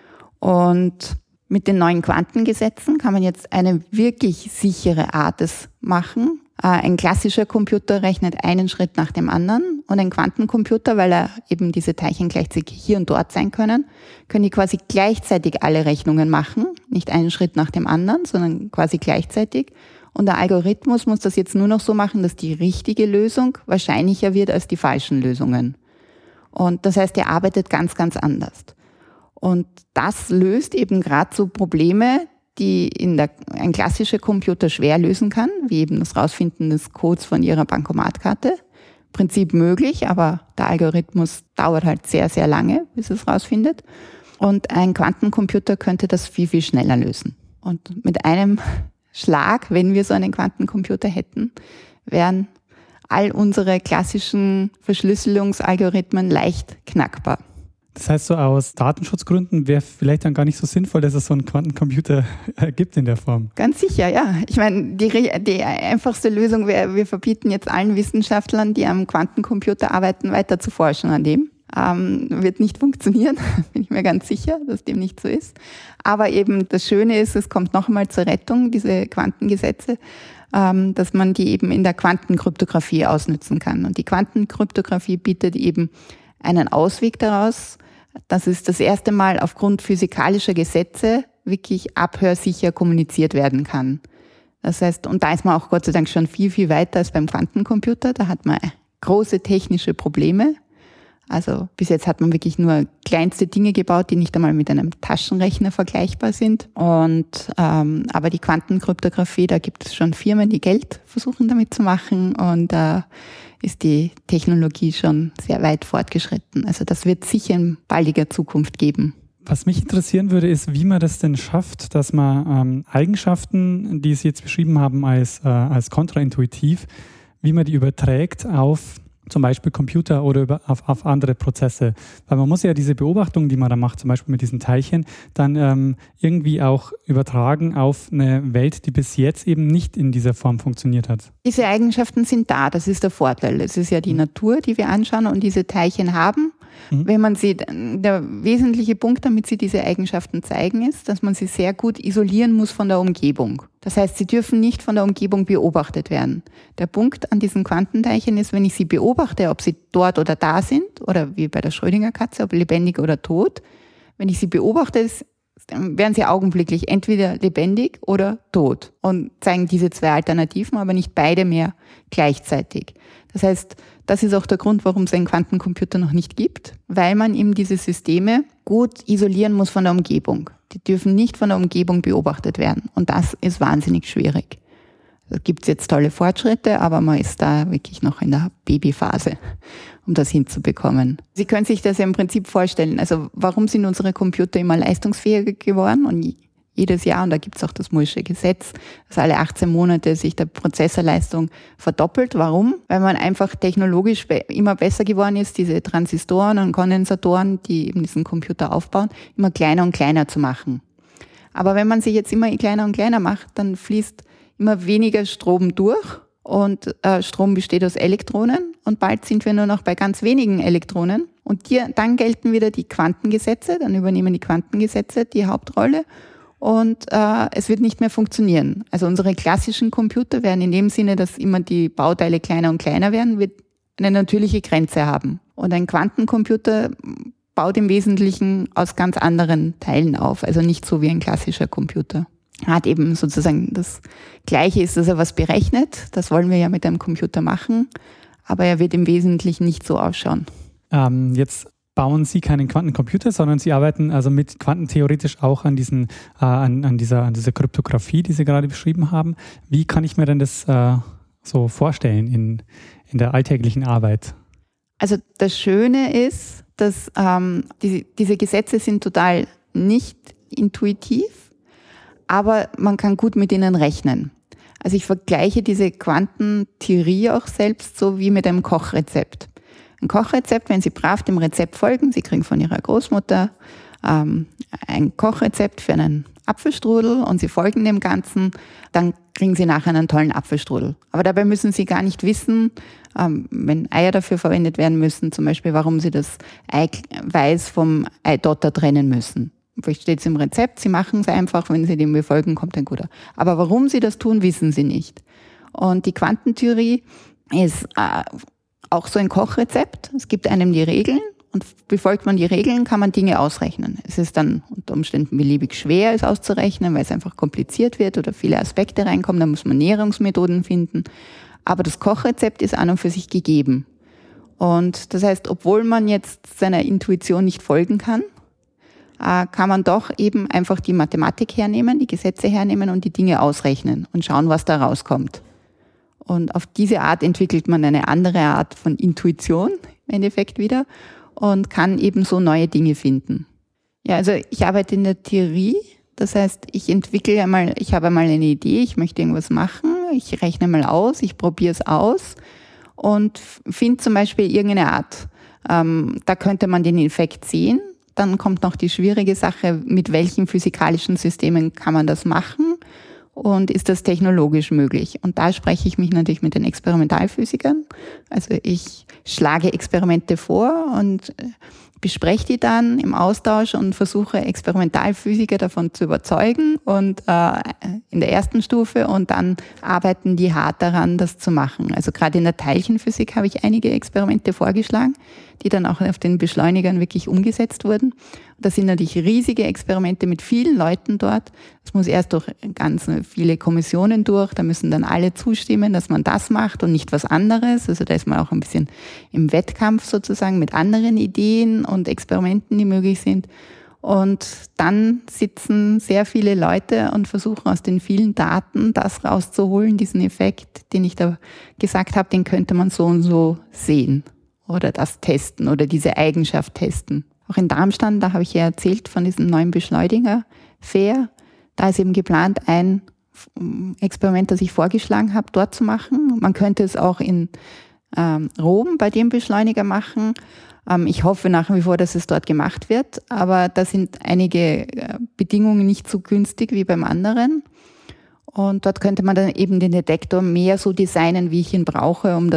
Speaker 2: Und mit den neuen Quantengesetzen kann man jetzt eine wirklich sichere Art des machen. Ein klassischer Computer rechnet einen Schritt nach dem anderen und ein Quantencomputer, weil er eben diese Teilchen gleichzeitig hier und dort sein können die quasi gleichzeitig alle Rechnungen machen. Nicht einen Schritt nach dem anderen, sondern quasi gleichzeitig. Und der Algorithmus muss das jetzt nur noch so machen, dass die richtige Lösung wahrscheinlicher wird als die falschen Lösungen. Und das heißt, er arbeitet ganz, ganz anders. Und das löst eben gerade so Probleme, die ein klassischer Computer schwer lösen kann, wie eben das Rausfinden des Codes von Ihrer Bankomatkarte. Im Prinzip möglich, aber der Algorithmus dauert halt sehr, sehr lange, bis es rausfindet. Und ein Quantencomputer könnte das viel, viel schneller lösen. Und mit einem Schlag, wenn wir so einen Quantencomputer hätten, wären all unsere klassischen Verschlüsselungsalgorithmen leicht knackbar.
Speaker 1: Das heißt, so aus Datenschutzgründen wäre vielleicht dann gar nicht so sinnvoll, dass es so einen Quantencomputer gibt in der Form.
Speaker 2: Ganz sicher, ja. Ich meine, die einfachste Lösung wäre, wir verbieten jetzt allen Wissenschaftlern, die am Quantencomputer arbeiten, weiter zu forschen an dem. Wird nicht funktionieren, bin ich mir ganz sicher, dass dem nicht so ist. Aber eben das Schöne ist, es kommt noch einmal zur Rettung, diese Quantengesetze, dass man die eben in der Quantenkryptographie ausnutzen kann. Und die Quantenkryptographie bietet eben einen Ausweg daraus, dass es das erste Mal aufgrund physikalischer Gesetze wirklich abhörsicher kommuniziert werden kann. Das heißt, und da ist man auch Gott sei Dank schon viel, viel weiter als beim Quantencomputer. Da hat man große technische Probleme. Also bis jetzt hat man wirklich nur kleinste Dinge gebaut, die nicht einmal mit einem Taschenrechner vergleichbar sind. Aber die Quantenkryptographie, da gibt es schon Firmen, die Geld versuchen damit zu machen, und da ist die Technologie schon sehr weit fortgeschritten. Also das wird sicher in baldiger Zukunft geben.
Speaker 1: Was mich interessieren würde, ist, wie man das denn schafft, dass man Eigenschaften, die Sie jetzt beschrieben haben als kontraintuitiv, wie man die überträgt auf zum Beispiel Computer oder auf andere Prozesse. Weil man muss ja diese Beobachtungen, die man da macht, zum Beispiel mit diesen Teilchen, dann irgendwie auch übertragen auf eine Welt, die bis jetzt eben nicht in dieser Form funktioniert hat.
Speaker 2: Diese Eigenschaften sind da, das ist der Vorteil. Es ist ja die Natur, die wir anschauen und diese Teilchen haben. Wenn man sie, der wesentliche Punkt, damit sie diese Eigenschaften zeigen, ist, dass man sie sehr gut isolieren muss von der Umgebung. Das heißt, sie dürfen nicht von der Umgebung beobachtet werden. Der Punkt an diesen Quantenteilchen ist, wenn ich sie beobachte, ob sie dort oder da sind, oder wie bei der Schrödinger-Katze, ob lebendig oder tot, wenn ich sie beobachte, werden sie augenblicklich entweder lebendig oder tot und zeigen diese zwei Alternativen, aber nicht beide mehr gleichzeitig. Das heißt, das ist auch der Grund, warum es einen Quantencomputer noch nicht gibt, weil man eben diese Systeme gut isolieren muss von der Umgebung. Die dürfen nicht von der Umgebung beobachtet werden und das ist wahnsinnig schwierig. Da gibt es jetzt tolle Fortschritte, aber man ist da wirklich noch in der Babyphase, um das hinzubekommen. Sie können sich das ja im Prinzip vorstellen. Also warum sind unsere Computer immer leistungsfähiger geworden? Und jedes Jahr, und da gibt es auch das Moore'sche Gesetz, dass alle 18 Monate sich der Prozessorleistung verdoppelt. Warum? Weil man einfach technologisch immer besser geworden ist, diese Transistoren und Kondensatoren, die eben diesen Computer aufbauen, immer kleiner und kleiner zu machen. Aber wenn man sie jetzt immer kleiner und kleiner macht, dann fließt immer weniger Strom durch und Strom besteht aus Elektronen und bald sind wir nur noch bei ganz wenigen Elektronen und dann gelten wieder die Quantengesetze, dann übernehmen die Quantengesetze die Hauptrolle und es wird nicht mehr funktionieren. Also unsere klassischen Computer werden in dem Sinne, dass immer die Bauteile kleiner und kleiner werden, wird eine natürliche Grenze haben. Und ein Quantencomputer baut im Wesentlichen aus ganz anderen Teilen auf, also nicht so wie ein klassischer Computer. Hat eben sozusagen das Gleiche ist, dass er was berechnet. Das wollen wir ja mit einem Computer machen. Aber er wird im Wesentlichen nicht so ausschauen.
Speaker 1: Jetzt bauen Sie keinen Quantencomputer, sondern Sie arbeiten also mit quantentheoretisch auch an dieser Kryptographie, die Sie gerade beschrieben haben. Wie kann ich mir denn das so vorstellen in der alltäglichen Arbeit?
Speaker 2: Also das Schöne ist, dass diese Gesetze sind total nicht intuitiv, aber man kann gut mit ihnen rechnen. Also ich vergleiche diese Quantentheorie auch selbst so wie mit einem Kochrezept. Ein Kochrezept, wenn Sie brav dem Rezept folgen, Sie kriegen von Ihrer Großmutter ein Kochrezept für einen Apfelstrudel und Sie folgen dem Ganzen, dann kriegen Sie nachher einen tollen Apfelstrudel. Aber dabei müssen Sie gar nicht wissen, wenn Eier dafür verwendet werden müssen, zum Beispiel, warum Sie das Eiweiß vom Eidotter trennen müssen. Vielleicht steht es im Rezept, Sie machen es einfach, wenn Sie dem befolgen, kommt ein guter. Aber warum Sie das tun, wissen Sie nicht. Und die Quantentheorie ist auch so ein Kochrezept. Es gibt einem die Regeln und befolgt man die Regeln, kann man Dinge ausrechnen. Es ist dann unter Umständen beliebig schwer, es auszurechnen, weil es einfach kompliziert wird oder viele Aspekte reinkommen. Da muss man Näherungsmethoden finden. Aber das Kochrezept ist an und für sich gegeben. Und das heißt, obwohl man jetzt seiner Intuition nicht folgen kann man doch eben einfach die Mathematik hernehmen, die Gesetze hernehmen und die Dinge ausrechnen und schauen, was da rauskommt. Und auf diese Art entwickelt man eine andere Art von Intuition im Endeffekt wieder und kann eben so neue Dinge finden. Ja, also ich arbeite in der Theorie, das heißt, ich habe einmal eine Idee, ich möchte irgendwas machen, ich rechne mal aus, ich probiere es aus und finde zum Beispiel irgendeine Art. Da könnte man den Effekt sehen. Dann kommt noch die schwierige Sache, mit welchen physikalischen Systemen kann man das machen und ist das technologisch möglich? Und da spreche ich mich natürlich mit den Experimentalphysikern. Also ich schlage Experimente vor und bespreche die dann im Austausch und versuche Experimentalphysiker davon zu überzeugen und in der ersten Stufe und dann arbeiten die hart daran, das zu machen. Also gerade in der Teilchenphysik habe ich einige Experimente vorgeschlagen, die dann auch auf den Beschleunigern wirklich umgesetzt wurden. Das sind natürlich riesige Experimente mit vielen Leuten dort. Es muss erst durch ganz viele Kommissionen durch, da müssen dann alle zustimmen, dass man das macht und nicht was anderes. Also da ist man auch ein bisschen im Wettkampf sozusagen mit anderen Ideen und Experimenten, die möglich sind. Und dann sitzen sehr viele Leute und versuchen aus den vielen Daten das rauszuholen, diesen Effekt, den ich da gesagt habe, den könnte man so und so sehen oder das testen oder diese Eigenschaft testen. Auch in Darmstadt, da habe ich ja erzählt von diesem neuen Beschleuniger, FAIR. Da ist eben geplant, ein Experiment, das ich vorgeschlagen habe, dort zu machen. Man könnte es auch in Rom bei dem Beschleuniger machen. Ich hoffe nach wie vor, dass es dort gemacht wird, aber da sind einige Bedingungen nicht so günstig wie beim anderen. Und dort könnte man dann eben den Detektor mehr so designen, wie ich ihn brauche, um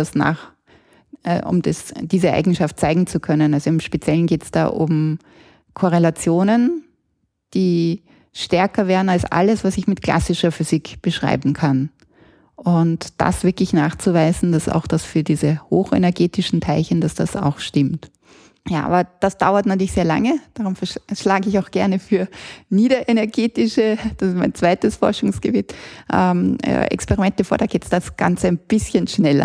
Speaker 2: diese Eigenschaft zeigen zu können. Also im Speziellen geht es da um Korrelationen, die stärker wären als alles, was ich mit klassischer Physik beschreiben kann. Und das wirklich nachzuweisen, dass auch das für diese hochenergetischen Teilchen, dass das auch stimmt. Ja, aber das dauert natürlich sehr lange. Darum schlage ich auch gerne für niederenergetische, das ist mein zweites Forschungsgebiet, Experimente vor. Da geht das Ganze ein bisschen schneller.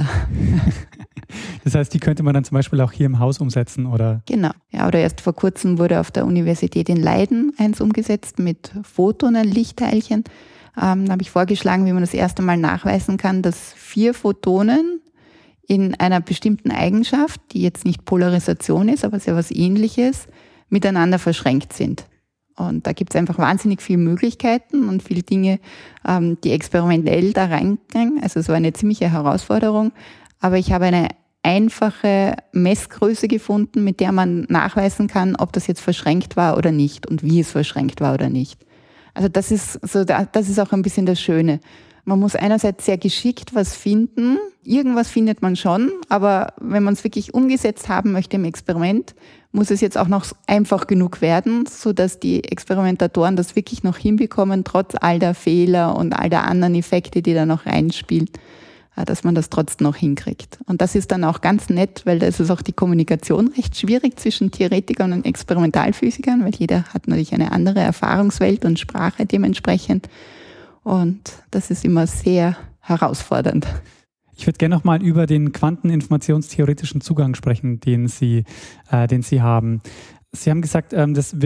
Speaker 1: Das heißt, die könnte man dann zum Beispiel auch hier im Haus umsetzen, oder?
Speaker 2: Genau. Ja, oder erst vor kurzem wurde auf der Universität in Leiden eins umgesetzt mit Photonen, Lichtteilchen. Da habe ich vorgeschlagen, wie man das erste Mal nachweisen kann, dass 4 Photonen in einer bestimmten Eigenschaft, die jetzt nicht Polarisation ist, aber sehr was Ähnliches, miteinander verschränkt sind. Und da gibt es einfach wahnsinnig viele Möglichkeiten und viele Dinge, die experimentell da reingehen. Also es war eine ziemliche Herausforderung, aber ich habe eine einfache Messgröße gefunden, mit der man nachweisen kann, ob das jetzt verschränkt war oder nicht und wie es verschränkt war oder nicht. Also das ist auch ein bisschen das Schöne. Man muss einerseits sehr geschickt was finden. Irgendwas findet man schon, aber wenn man es wirklich umgesetzt haben möchte im Experiment, muss es jetzt auch noch einfach genug werden, sodass die Experimentatoren das wirklich noch hinbekommen, trotz all der Fehler und all der anderen Effekte, die da noch reinspielen, dass man das trotzdem noch hinkriegt. Und das ist dann auch ganz nett, weil da ist es auch die Kommunikation recht schwierig zwischen Theoretikern und Experimentalphysikern, weil jeder hat natürlich eine andere Erfahrungswelt und Sprache dementsprechend. Und das ist immer sehr herausfordernd.
Speaker 1: Ich würde gerne nochmal über den quanteninformationstheoretischen Zugang sprechen, den Sie haben. Sie haben gesagt, es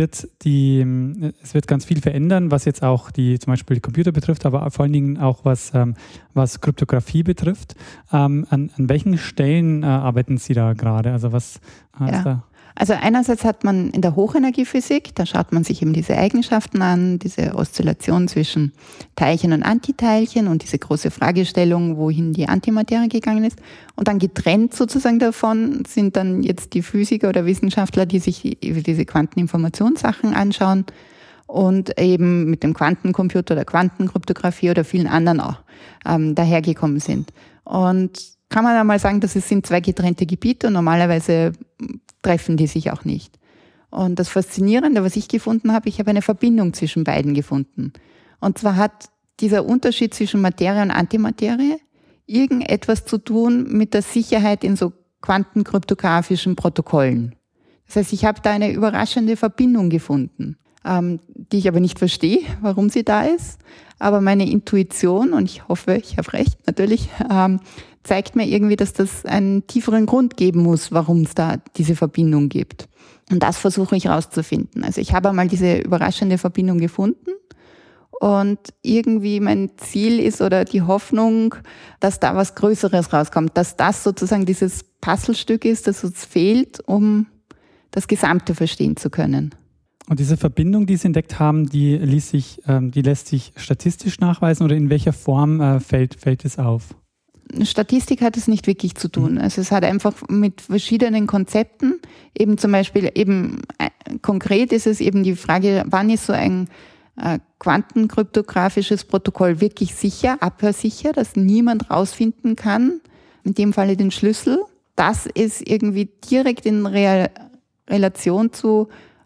Speaker 1: wird ganz viel verändern, was jetzt auch zum Beispiel die Computer betrifft, aber vor allen Dingen auch was Kryptographie betrifft. An welchen Stellen arbeiten Sie da gerade? Also was ist da?
Speaker 2: Also einerseits hat man in der Hochenergiephysik, da schaut man sich eben diese Eigenschaften an, diese Oszillation zwischen Teilchen und Antiteilchen und diese große Fragestellung, wohin die Antimaterie gegangen ist. Und dann getrennt sozusagen davon sind dann jetzt die Physiker oder Wissenschaftler, die sich diese Quanteninformationssachen anschauen und eben mit dem Quantencomputer oder Quantenkryptographie oder vielen anderen auch dahergekommen sind. Und kann man einmal sagen, dass es sind 2 getrennte Gebiete und normalerweise treffen die sich auch nicht. Und das Faszinierende, was ich gefunden habe, ich habe eine Verbindung zwischen beiden gefunden. Und zwar hat dieser Unterschied zwischen Materie und Antimaterie irgendetwas zu tun mit der Sicherheit in so quantenkryptografischen Protokollen. Das heißt, ich habe da eine überraschende Verbindung gefunden, die ich aber nicht verstehe, warum sie da ist. Aber meine Intuition, und ich hoffe, ich habe recht, natürlich, zeigt mir irgendwie, dass das einen tieferen Grund geben muss, warum es da diese Verbindung gibt. Und das versuche ich rauszufinden. Also ich habe einmal diese überraschende Verbindung gefunden und irgendwie mein Ziel ist oder die Hoffnung, dass da was Größeres rauskommt, dass das sozusagen dieses Puzzlestück ist, das uns fehlt, um das Gesamte verstehen zu können.
Speaker 1: Und diese Verbindung, die Sie entdeckt haben, die lässt sich statistisch nachweisen oder in welcher Form fällt es auf?
Speaker 2: Statistik hat es nicht wirklich zu tun. Also es hat einfach mit verschiedenen Konzepten, eben zum Beispiel konkret ist es eben die Frage, wann ist so ein quantenkryptografisches Protokoll wirklich sicher, abhörsicher, dass niemand rausfinden kann, in dem Falle den Schlüssel. Das ist irgendwie direkt in Relation zu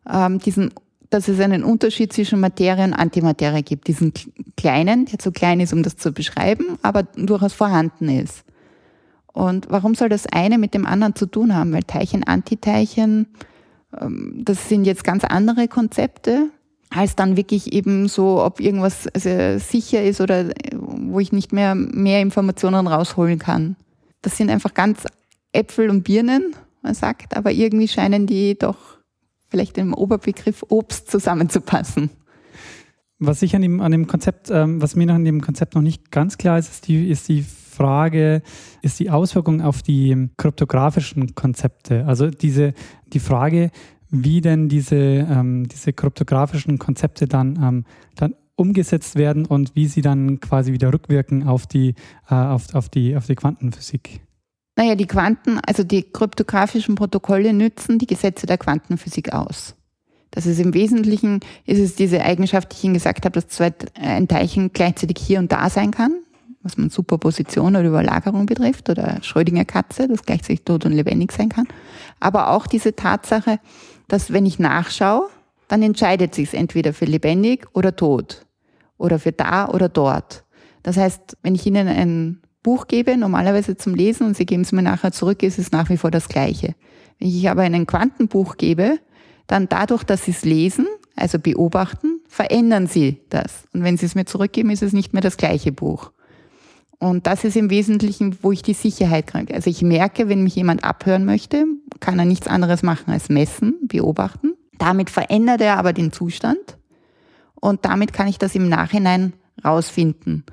Speaker 2: dass es einen Unterschied zwischen Materie und Antimaterie gibt. Diesen kleinen, der zu klein ist, um das zu beschreiben, aber durchaus vorhanden ist. Und warum soll das eine mit dem anderen zu tun haben? Weil Teilchen, Antiteilchen, das sind jetzt ganz andere Konzepte, als dann wirklich eben so, ob irgendwas sicher ist oder wo ich nicht mehr Informationen rausholen kann. Das sind einfach ganz Äpfel und Birnen, man sagt, aber irgendwie scheinen die doch vielleicht im Oberbegriff Obst zusammenzupassen.
Speaker 1: Was mir an dem Konzept noch nicht ganz klar ist, ist die Frage, ist die Auswirkung auf die kryptografischen Konzepte. Also die Frage, wie denn diese kryptografischen Konzepte dann umgesetzt werden und wie sie dann quasi wieder rückwirken auf die Quantenphysik.
Speaker 2: Naja, die kryptografischen Protokolle nützen die Gesetze der Quantenphysik aus. Das ist im Wesentlichen, ist es diese Eigenschaft, die ich Ihnen gesagt habe, dass ein Teilchen gleichzeitig hier und da sein kann, was man Superposition oder Überlagerung betrifft, oder Schrödinger Katze, das gleichzeitig tot und lebendig sein kann. Aber auch diese Tatsache, dass wenn ich nachschaue, dann entscheidet sich es entweder für lebendig oder tot oder für da oder dort. Das heißt, wenn ich Ihnen ein Buch gebe, normalerweise zum Lesen, und Sie geben es mir nachher zurück, ist es nach wie vor das Gleiche. Wenn ich aber ein Quantenbuch gebe, dann dadurch, dass Sie es lesen, also beobachten, verändern Sie das. Und wenn Sie es mir zurückgeben, ist es nicht mehr das gleiche Buch. Und das ist im Wesentlichen, wo ich die Sicherheit kriege. Also ich merke, wenn mich jemand abhören möchte, kann er nichts anderes machen als messen, beobachten. Damit verändert er aber den Zustand. Und damit kann ich das im Nachhinein rausfinden,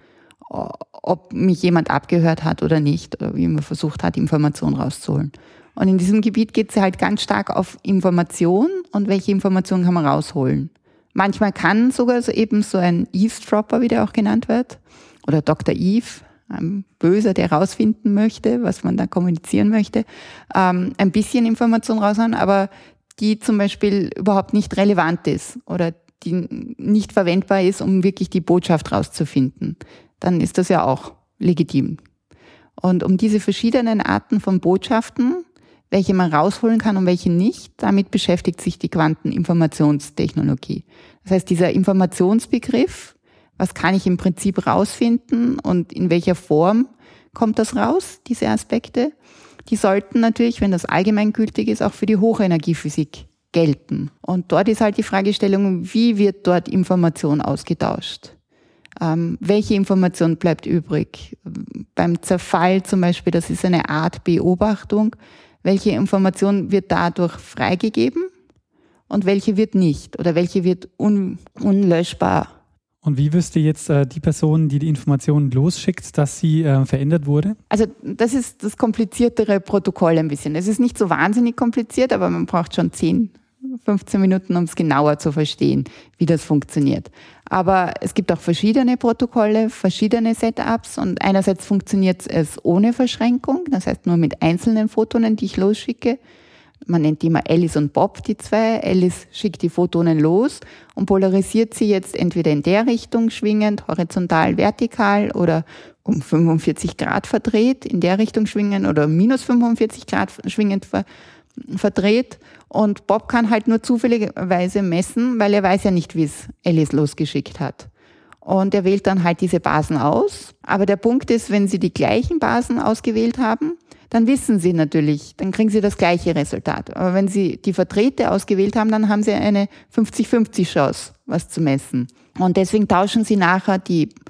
Speaker 2: ob mich jemand abgehört hat oder nicht, oder wie man versucht hat, Informationen rauszuholen. Und in diesem Gebiet geht es halt ganz stark auf Information und welche Informationen kann man rausholen. Manchmal kann sogar eben so ein Eavesdropper, wie der auch genannt wird, oder Dr. Eve, ein Böser, der rausfinden möchte, was man da kommunizieren möchte, ein bisschen Information raushauen, aber die zum Beispiel überhaupt nicht relevant ist oder die nicht verwendbar ist, um wirklich die Botschaft rauszufinden. Dann ist das ja auch legitim. Und um diese verschiedenen Arten von Botschaften, welche man rausholen kann und welche nicht, damit beschäftigt sich die Quanteninformationstechnologie. Das heißt, dieser Informationsbegriff, was kann ich im Prinzip rausfinden und in welcher Form kommt das raus, diese Aspekte, die sollten natürlich, wenn das allgemeingültig ist, auch für die Hochenergiephysik gelten. Und dort ist halt die Fragestellung, wie wird dort Information ausgetauscht? Welche Information bleibt übrig? Beim Zerfall zum Beispiel, das ist eine Art Beobachtung. Welche Information wird dadurch freigegeben und welche wird nicht? Oder welche wird unlöschbar?
Speaker 1: Und wie wüsste jetzt die Person, die die Information losschickt, dass sie verändert wurde?
Speaker 2: Also das ist das kompliziertere Protokoll ein bisschen. Es ist nicht so wahnsinnig kompliziert, aber man braucht schon 10-15 Minuten, um es genauer zu verstehen, wie das funktioniert. Aber es gibt auch verschiedene Protokolle, verschiedene Setups und einerseits funktioniert es ohne Verschränkung, das heißt nur mit einzelnen Photonen, die ich losschicke. Man nennt die immer Alice und Bob, die zwei. Alice schickt die Photonen los und polarisiert sie jetzt entweder in der Richtung schwingend, horizontal, vertikal oder um 45 Grad verdreht, in der Richtung schwingen oder minus 45 Grad schwingend verdreht. Und Bob kann halt nur zufälligerweise messen, weil er weiß ja nicht, wie es Alice losgeschickt hat. Und er wählt dann halt diese Basen aus. Aber der Punkt ist, wenn Sie die gleichen Basen ausgewählt haben, dann wissen Sie natürlich, dann kriegen Sie das gleiche Resultat. Aber wenn Sie die verdrehte ausgewählt haben, dann haben Sie eine 50-50 Chance, was zu messen. Und deswegen tauschen Sie nachher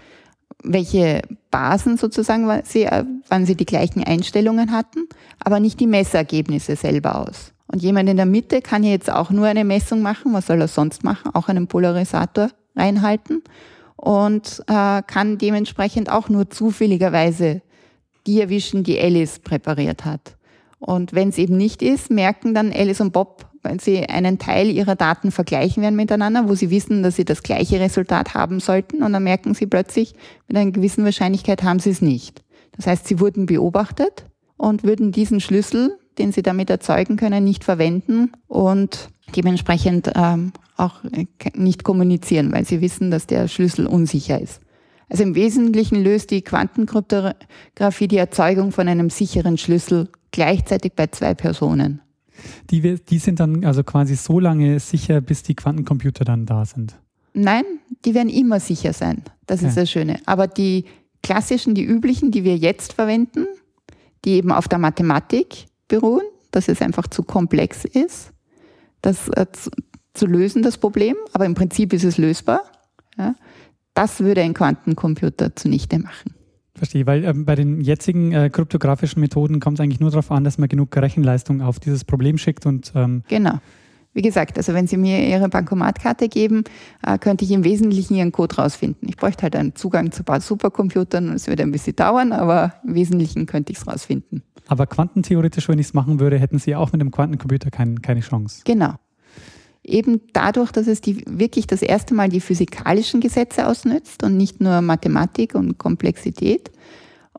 Speaker 2: welche Basen sozusagen, wann Sie die gleichen Einstellungen hatten, aber nicht die Messergebnisse selber aus. Und jemand in der Mitte kann ja jetzt auch nur eine Messung machen, was soll er sonst machen, auch einen Polarisator reinhalten und kann dementsprechend auch nur zufälligerweise die erwischen, die Alice präpariert hat. Und wenn es eben nicht ist, merken dann Alice und Bob, wenn sie einen Teil ihrer Daten vergleichen werden miteinander, wo sie wissen, dass sie das gleiche Resultat haben sollten, und dann merken sie plötzlich, mit einer gewissen Wahrscheinlichkeit haben sie es nicht. Das heißt, sie wurden beobachtet und würden diesen Schlüssel, den sie damit erzeugen können, nicht verwenden und dementsprechend auch nicht kommunizieren, weil sie wissen, dass der Schlüssel unsicher ist. Also im Wesentlichen löst die Quantenkryptographie die Erzeugung von einem sicheren Schlüssel gleichzeitig bei zwei Personen.
Speaker 1: Die sind dann also quasi so lange sicher, bis die Quantencomputer dann da sind?
Speaker 2: Nein, die werden immer sicher sein. Das ist das Schöne. Aber die klassischen, die üblichen, die wir jetzt verwenden, die eben auf der Mathematik beruhen, dass es einfach zu komplex ist, das zu lösen, das Problem, aber im Prinzip ist es lösbar, ja, das würde ein Quantencomputer zunichte machen.
Speaker 1: Verstehe, weil bei den jetzigen kryptografischen Methoden kommt es eigentlich nur darauf an, dass man genug Rechenleistung auf dieses Problem schickt. Und
Speaker 2: genau. Wie gesagt, also wenn Sie mir Ihre Bankomatkarte geben, könnte ich im Wesentlichen Ihren Code rausfinden. Ich bräuchte halt einen Zugang zu ein paar Supercomputern und es würde ein bisschen dauern, aber im Wesentlichen könnte ich es rausfinden.
Speaker 1: Aber quantentheoretisch, wenn ich es machen würde, hätten Sie auch mit einem Quantencomputer keine Chance.
Speaker 2: Genau. Eben dadurch, dass es wirklich das erste Mal die physikalischen Gesetze ausnützt und nicht nur Mathematik und Komplexität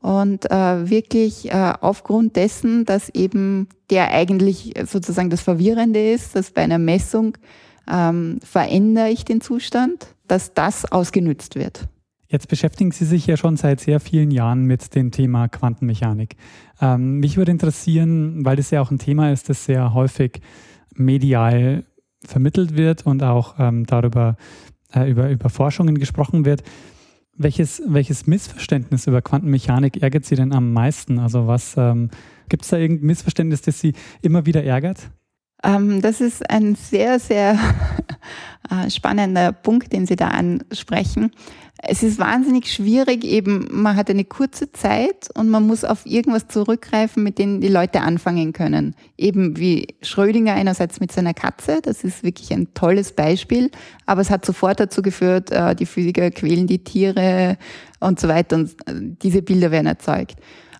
Speaker 2: Und wirklich aufgrund dessen, dass eben der eigentlich sozusagen das Verwirrende ist, dass bei einer Messung verändere ich den Zustand, dass das ausgenützt wird.
Speaker 1: Jetzt beschäftigen Sie sich ja schon seit sehr vielen Jahren mit dem Thema Quantenmechanik. Mich würde interessieren, weil das ja auch ein Thema ist, das sehr häufig medial vermittelt wird und auch darüber über Forschungen gesprochen wird. Welches Missverständnis über Quantenmechanik ärgert Sie denn am meisten? Also gibt es da irgendein Missverständnis, das Sie immer wieder ärgert?
Speaker 2: Das ist ein sehr, sehr spannender Punkt, den Sie da ansprechen. Es ist wahnsinnig schwierig, eben, man hat eine kurze Zeit und man muss auf irgendwas zurückgreifen, mit dem die Leute anfangen können. Eben wie Schrödinger einerseits mit seiner Katze, das ist wirklich ein tolles Beispiel, aber es hat sofort dazu geführt, die Physiker quälen die Tiere und so weiter und diese Bilder werden erzeugt.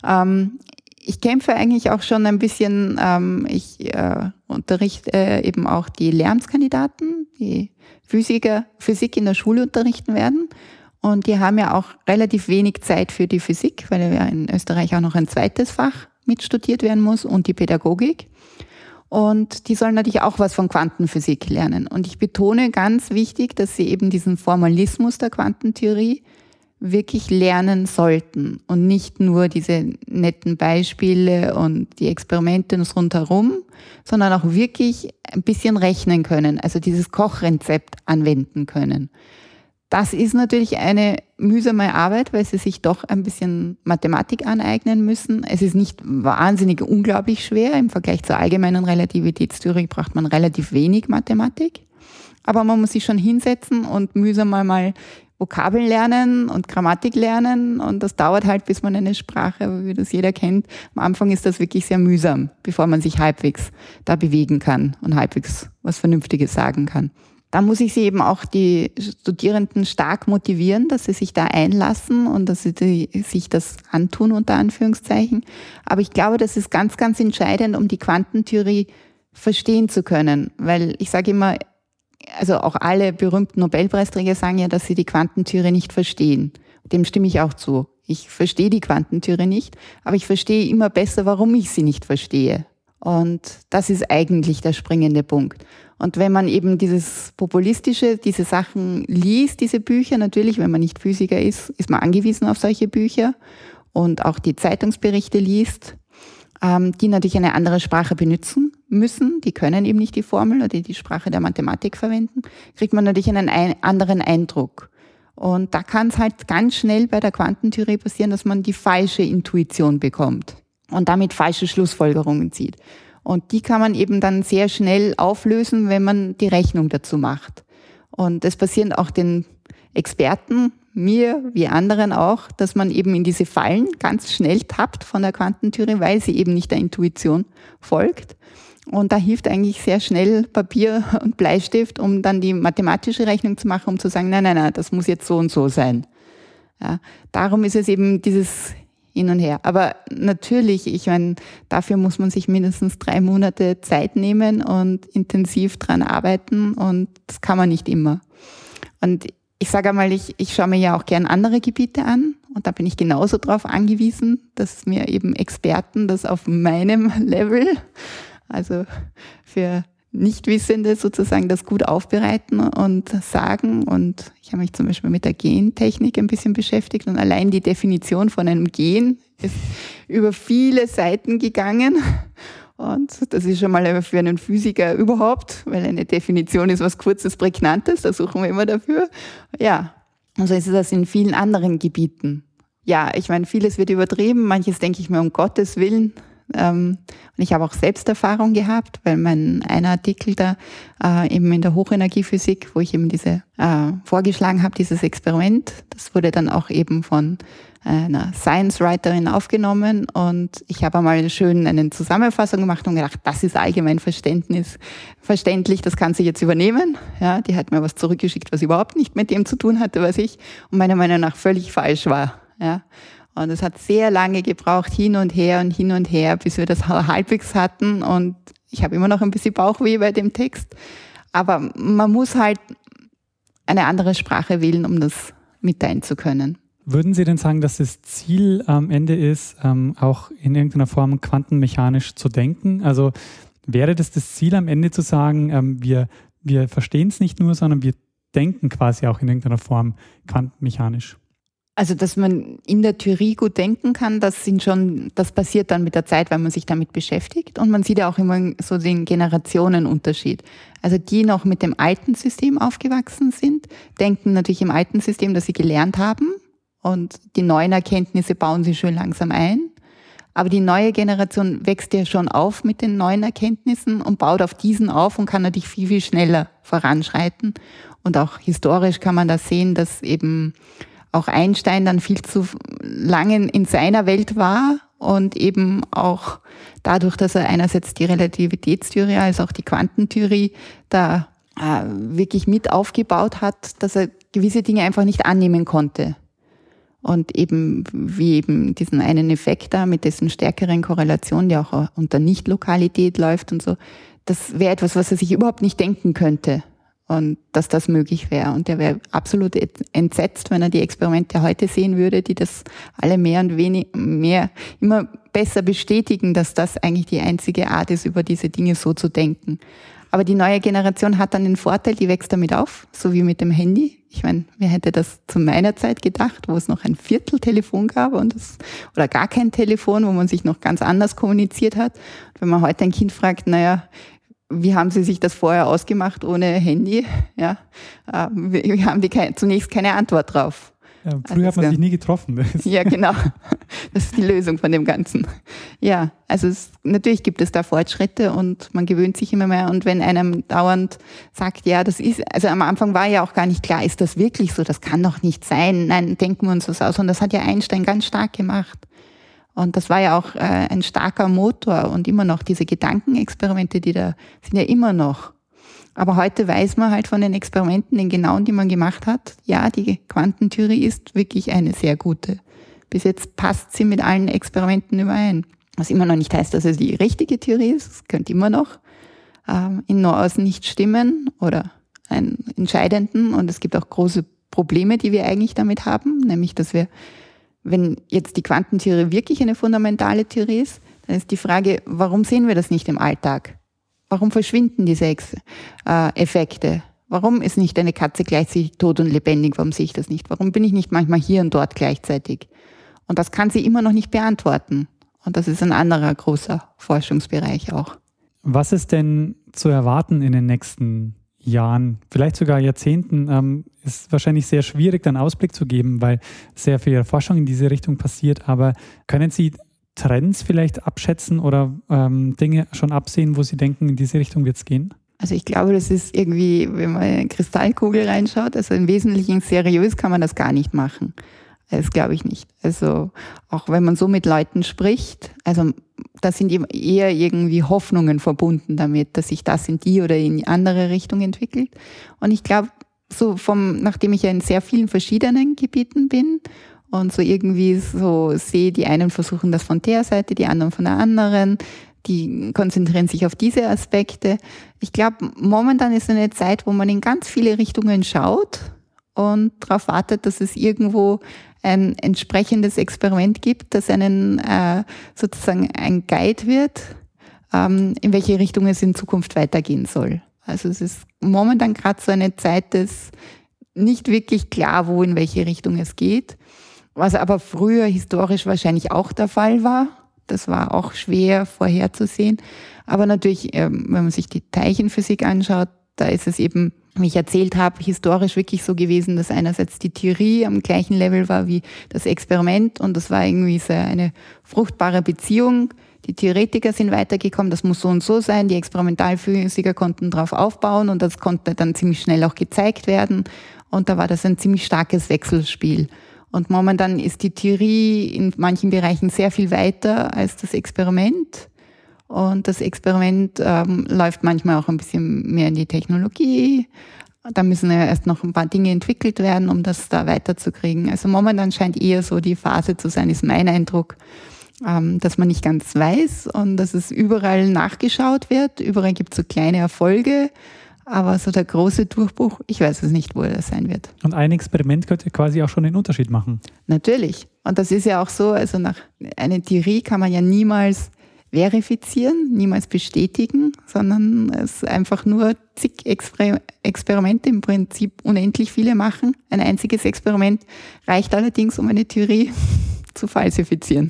Speaker 2: Ich kämpfe eigentlich auch schon ein bisschen, ich unterrichte eben auch die Lehramtskandidaten, die Physik in der Schule unterrichten werden. Und die haben ja auch relativ wenig Zeit für die Physik, weil ja in Österreich auch noch ein zweites Fach mitstudiert werden muss und die Pädagogik. Und die sollen natürlich auch was von Quantenphysik lernen. Und ich betone ganz wichtig, dass sie eben diesen Formalismus der Quantentheorie wirklich lernen sollten und nicht nur diese netten Beispiele und die Experimente und rundherum, sondern auch wirklich ein bisschen rechnen können, also dieses Kochrezept anwenden können. Das ist natürlich eine mühsame Arbeit, weil sie sich doch ein bisschen Mathematik aneignen müssen. Es ist nicht wahnsinnig unglaublich schwer. Im Vergleich zur allgemeinen Relativitätstheorie braucht man relativ wenig Mathematik. Aber man muss sich schon hinsetzen und mühsam mal Vokabeln lernen und Grammatik lernen. Und das dauert halt, bis man eine Sprache, wie das jeder kennt. Am Anfang ist das wirklich sehr mühsam, bevor man sich halbwegs da bewegen kann und halbwegs was Vernünftiges sagen kann. Da muss ich sie eben auch die Studierenden stark motivieren, dass sie sich da einlassen und dass sie sich das antun, unter Anführungszeichen. Aber ich glaube, das ist ganz, ganz entscheidend, um die Quantentheorie verstehen zu können. Weil ich sage immer, also auch alle berühmten Nobelpreisträger sagen ja, dass sie die Quantentheorie nicht verstehen. Dem stimme ich auch zu. Ich verstehe die Quantentheorie nicht, aber ich verstehe immer besser, warum ich sie nicht verstehe. Und das ist eigentlich der springende Punkt. Und wenn man eben dieses Populistische, diese Sachen liest, diese Bücher, natürlich, wenn man nicht Physiker ist, ist man angewiesen auf solche Bücher und auch die Zeitungsberichte liest, die natürlich eine andere Sprache benutzen müssen, die können eben nicht die Formel oder die Sprache der Mathematik verwenden, kriegt man natürlich einen anderen Eindruck. Und da kann es halt ganz schnell bei der Quantentheorie passieren, dass man die falsche Intuition bekommt und damit falsche Schlussfolgerungen zieht. Und die kann man eben dann sehr schnell auflösen, wenn man die Rechnung dazu macht. Und es passiert auch den Experten, mir wie anderen auch, dass man eben in diese Fallen ganz schnell tappt von der Quantentheorie, weil sie eben nicht der Intuition folgt. Und da hilft eigentlich sehr schnell Papier und Bleistift, um dann die mathematische Rechnung zu machen, um zu sagen, nein, das muss jetzt so und so sein. Ja, darum ist es eben dieses Hin und her. Aber natürlich, ich meine, dafür muss man sich mindestens 3 Monate Zeit nehmen und intensiv dran arbeiten und das kann man nicht immer. Und ich sage einmal, ich schaue mir ja auch gern andere Gebiete an und da bin ich genauso drauf angewiesen, dass mir eben Experten das auf meinem Level, also für Nichtwissende sozusagen, das gut aufbereiten und sagen. Und ich habe mich zum Beispiel mit der Gentechnik ein bisschen beschäftigt und allein die Definition von einem Gen ist über viele Seiten gegangen. Und das ist schon mal für einen Physiker überhaupt, weil eine Definition ist was Kurzes, Prägnantes, da suchen wir immer dafür. Ja, und so ist es das in vielen anderen Gebieten. Ja, ich meine, vieles wird übertrieben, manches denke ich mir um Gottes Willen. Und ich habe auch Selbsterfahrung gehabt, weil mein einer Artikel da eben in der Hochenergiephysik, wo ich eben vorgeschlagen habe, dieses Experiment, das wurde dann auch eben von einer Science-Writerin aufgenommen und ich habe einmal schön eine Zusammenfassung gemacht und gedacht, das ist allgemein verständlich, das kann sie jetzt übernehmen. Ja, die hat mir was zurückgeschickt, was überhaupt nicht mit dem zu tun hatte, was ich und meiner Meinung nach völlig falsch war. Ja. Und es hat sehr lange gebraucht, hin und her, bis wir das halbwegs hatten. Und ich habe immer noch ein bisschen Bauchweh bei dem Text. Aber man muss halt eine andere Sprache wählen, um das mitteilen zu können.
Speaker 1: Würden Sie denn sagen, dass das Ziel am Ende ist, auch in irgendeiner Form quantenmechanisch zu denken? Also wäre das Ziel am Ende zu sagen, wir verstehen es nicht nur, sondern wir denken quasi auch in irgendeiner Form quantenmechanisch?
Speaker 2: Also, dass man in der Theorie gut denken kann, das passiert dann mit der Zeit, weil man sich damit beschäftigt. Und man sieht ja auch immer so den Generationenunterschied. Also die noch mit dem alten System aufgewachsen sind, denken natürlich im alten System, das sie gelernt haben. Und die neuen Erkenntnisse bauen sie schön langsam ein. Aber die neue Generation wächst ja schon auf mit den neuen Erkenntnissen und baut auf diesen auf und kann natürlich viel, viel schneller voranschreiten. Und auch historisch kann man das sehen, dass eben auch Einstein dann viel zu lange in seiner Welt war und eben auch dadurch, dass er einerseits die Relativitätstheorie als auch die Quantentheorie da wirklich mit aufgebaut hat, dass er gewisse Dinge einfach nicht annehmen konnte. Und eben wie eben diesen einen Effekt da mit dessen stärkeren Korrelation, die auch unter Nicht-Lokalität läuft und so, das wäre etwas, was er sich überhaupt nicht denken könnte. Und dass das möglich wäre. Und er wäre absolut entsetzt, wenn er die Experimente heute sehen würde, die das alle mehr und mehr immer besser bestätigen, dass das eigentlich die einzige Art ist, über diese Dinge so zu denken. Aber die neue Generation hat dann den Vorteil, die wächst damit auf, so wie mit dem Handy. Ich meine, wer hätte das zu meiner Zeit gedacht, wo es noch ein Vierteltelefon gab oder gar kein Telefon, wo man sich noch ganz anders kommuniziert hat. Und wenn man heute ein Kind fragt, naja, wie haben Sie sich das vorher ausgemacht ohne Handy? Ja, wir haben zunächst keine Antwort drauf.
Speaker 1: Ja, früher hat man sich nie getroffen.
Speaker 2: Ja, genau. Das ist die Lösung von dem Ganzen. Ja, also natürlich gibt es da Fortschritte und man gewöhnt sich immer mehr. Und wenn einem dauernd sagt, ja, das ist, also am Anfang war ja auch gar nicht klar, ist das wirklich so? Das kann doch nicht sein. Nein, denken wir uns das aus. Und das hat ja Einstein ganz stark gemacht. Und das war ja auch ein starker Motor und immer noch diese Gedankenexperimente, die da sind ja immer noch. Aber heute weiß man halt von den Experimenten, den genauen, die man gemacht hat, ja, die Quantentheorie ist wirklich eine sehr gute. Bis jetzt passt sie mit allen Experimenten überein. Was immer noch nicht heißt, dass es die richtige Theorie ist. Es könnte immer noch in Nuancen nicht stimmen oder einen entscheidenden. Und es gibt auch große Probleme, die wir eigentlich damit haben, nämlich, dass wir, wenn jetzt die Quantentheorie wirklich eine fundamentale Theorie ist, dann ist die Frage, warum sehen wir das nicht im Alltag? Warum verschwinden diese Effekte? Warum ist nicht eine Katze gleichzeitig tot und lebendig? Warum sehe ich das nicht? Warum bin ich nicht manchmal hier und dort gleichzeitig? Und das kann sie immer noch nicht beantworten. Und das ist ein anderer großer Forschungsbereich auch.
Speaker 1: Was ist denn zu erwarten in den nächsten Jahren, vielleicht sogar Jahrzehnten? Ist wahrscheinlich sehr schwierig, dann Ausblick zu geben, weil sehr viel Forschung in diese Richtung passiert. Aber können Sie Trends vielleicht abschätzen oder Dinge schon absehen, wo Sie denken, in diese Richtung wird es gehen?
Speaker 2: Also ich glaube, das ist irgendwie, wenn man in eine Kristallkugel reinschaut, also im Wesentlichen seriös kann man das gar nicht machen. Das glaube ich nicht. Also auch wenn man so mit Leuten spricht, also da sind eher irgendwie Hoffnungen verbunden damit, dass sich das in die oder in die andere Richtung entwickelt. Und ich glaube, so nachdem ich ja in sehr vielen verschiedenen Gebieten bin und so irgendwie so sehe, die einen versuchen das von der Seite, die anderen von der anderen, die konzentrieren sich auf diese Aspekte. Ich glaube, momentan ist eine Zeit, wo man in ganz viele Richtungen schaut und darauf wartet, dass es irgendwo ein entsprechendes Experiment gibt, das einen sozusagen ein Guide wird, in welche Richtung es in Zukunft weitergehen soll. Also es ist momentan gerade so eine Zeit, dass nicht wirklich klar, wo in welche Richtung es geht, was aber früher historisch wahrscheinlich auch der Fall war. Das war auch schwer vorherzusehen. Aber natürlich, wenn man sich die Teilchenphysik anschaut, da ist es eben, wie ich erzählt habe, historisch wirklich so gewesen, dass einerseits die Theorie am gleichen Level war wie das Experiment und das war irgendwie so eine fruchtbare Beziehung. Die Theoretiker sind weitergekommen, das muss so und so sein, die Experimentalphysiker konnten darauf aufbauen und das konnte dann ziemlich schnell auch gezeigt werden und da war das ein ziemlich starkes Wechselspiel. Und momentan ist die Theorie in manchen Bereichen sehr viel weiter als das Experiment. Und das Experiment läuft manchmal auch ein bisschen mehr in die Technologie. Da müssen ja erst noch ein paar Dinge entwickelt werden, um das da weiterzukriegen. Also momentan scheint eher so die Phase zu sein, ist mein Eindruck, dass man nicht ganz weiß und dass es überall nachgeschaut wird. Überall gibt es so kleine Erfolge. Aber so der große Durchbruch, ich weiß es nicht, wo das sein wird.
Speaker 1: Und ein Experiment könnte quasi auch schon den Unterschied machen.
Speaker 2: Natürlich. Und das ist ja auch so, also nach einer Theorie kann man ja niemals verifizieren, niemals bestätigen, sondern es einfach nur zig Experimente im Prinzip unendlich viele machen. Ein einziges Experiment reicht allerdings, um eine Theorie zu falsifizieren.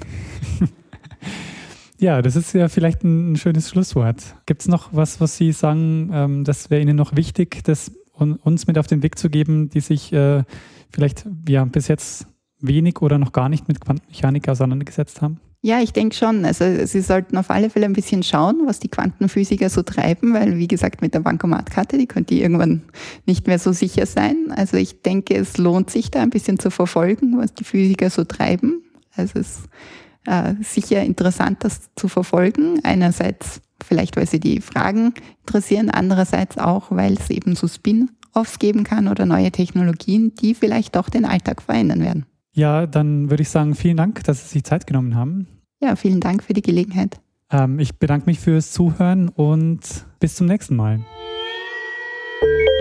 Speaker 1: Ja, das ist ja vielleicht ein schönes Schlusswort. Gibt es noch was Sie sagen, das wäre Ihnen noch wichtig, das uns mit auf den Weg zu geben, die sich vielleicht bis jetzt wenig oder noch gar nicht mit Quantenmechanik auseinandergesetzt haben?
Speaker 2: Ja, ich denke schon. Also Sie sollten auf alle Fälle ein bisschen schauen, was die Quantenphysiker so treiben, weil wie gesagt mit der Bankomatkarte, die könnte irgendwann nicht mehr so sicher sein. Also ich denke, es lohnt sich da ein bisschen zu verfolgen, was die Physiker so treiben. Also es ist sicher interessant, das zu verfolgen. Einerseits vielleicht, weil sie die Fragen interessieren, andererseits auch, weil es eben so Spin-offs geben kann oder neue Technologien, die vielleicht auch den Alltag verändern werden.
Speaker 1: Ja, dann würde ich sagen, vielen Dank, dass Sie sich Zeit genommen haben.
Speaker 2: Ja, vielen Dank für die Gelegenheit.
Speaker 1: Ich bedanke mich fürs Zuhören und bis zum nächsten Mal.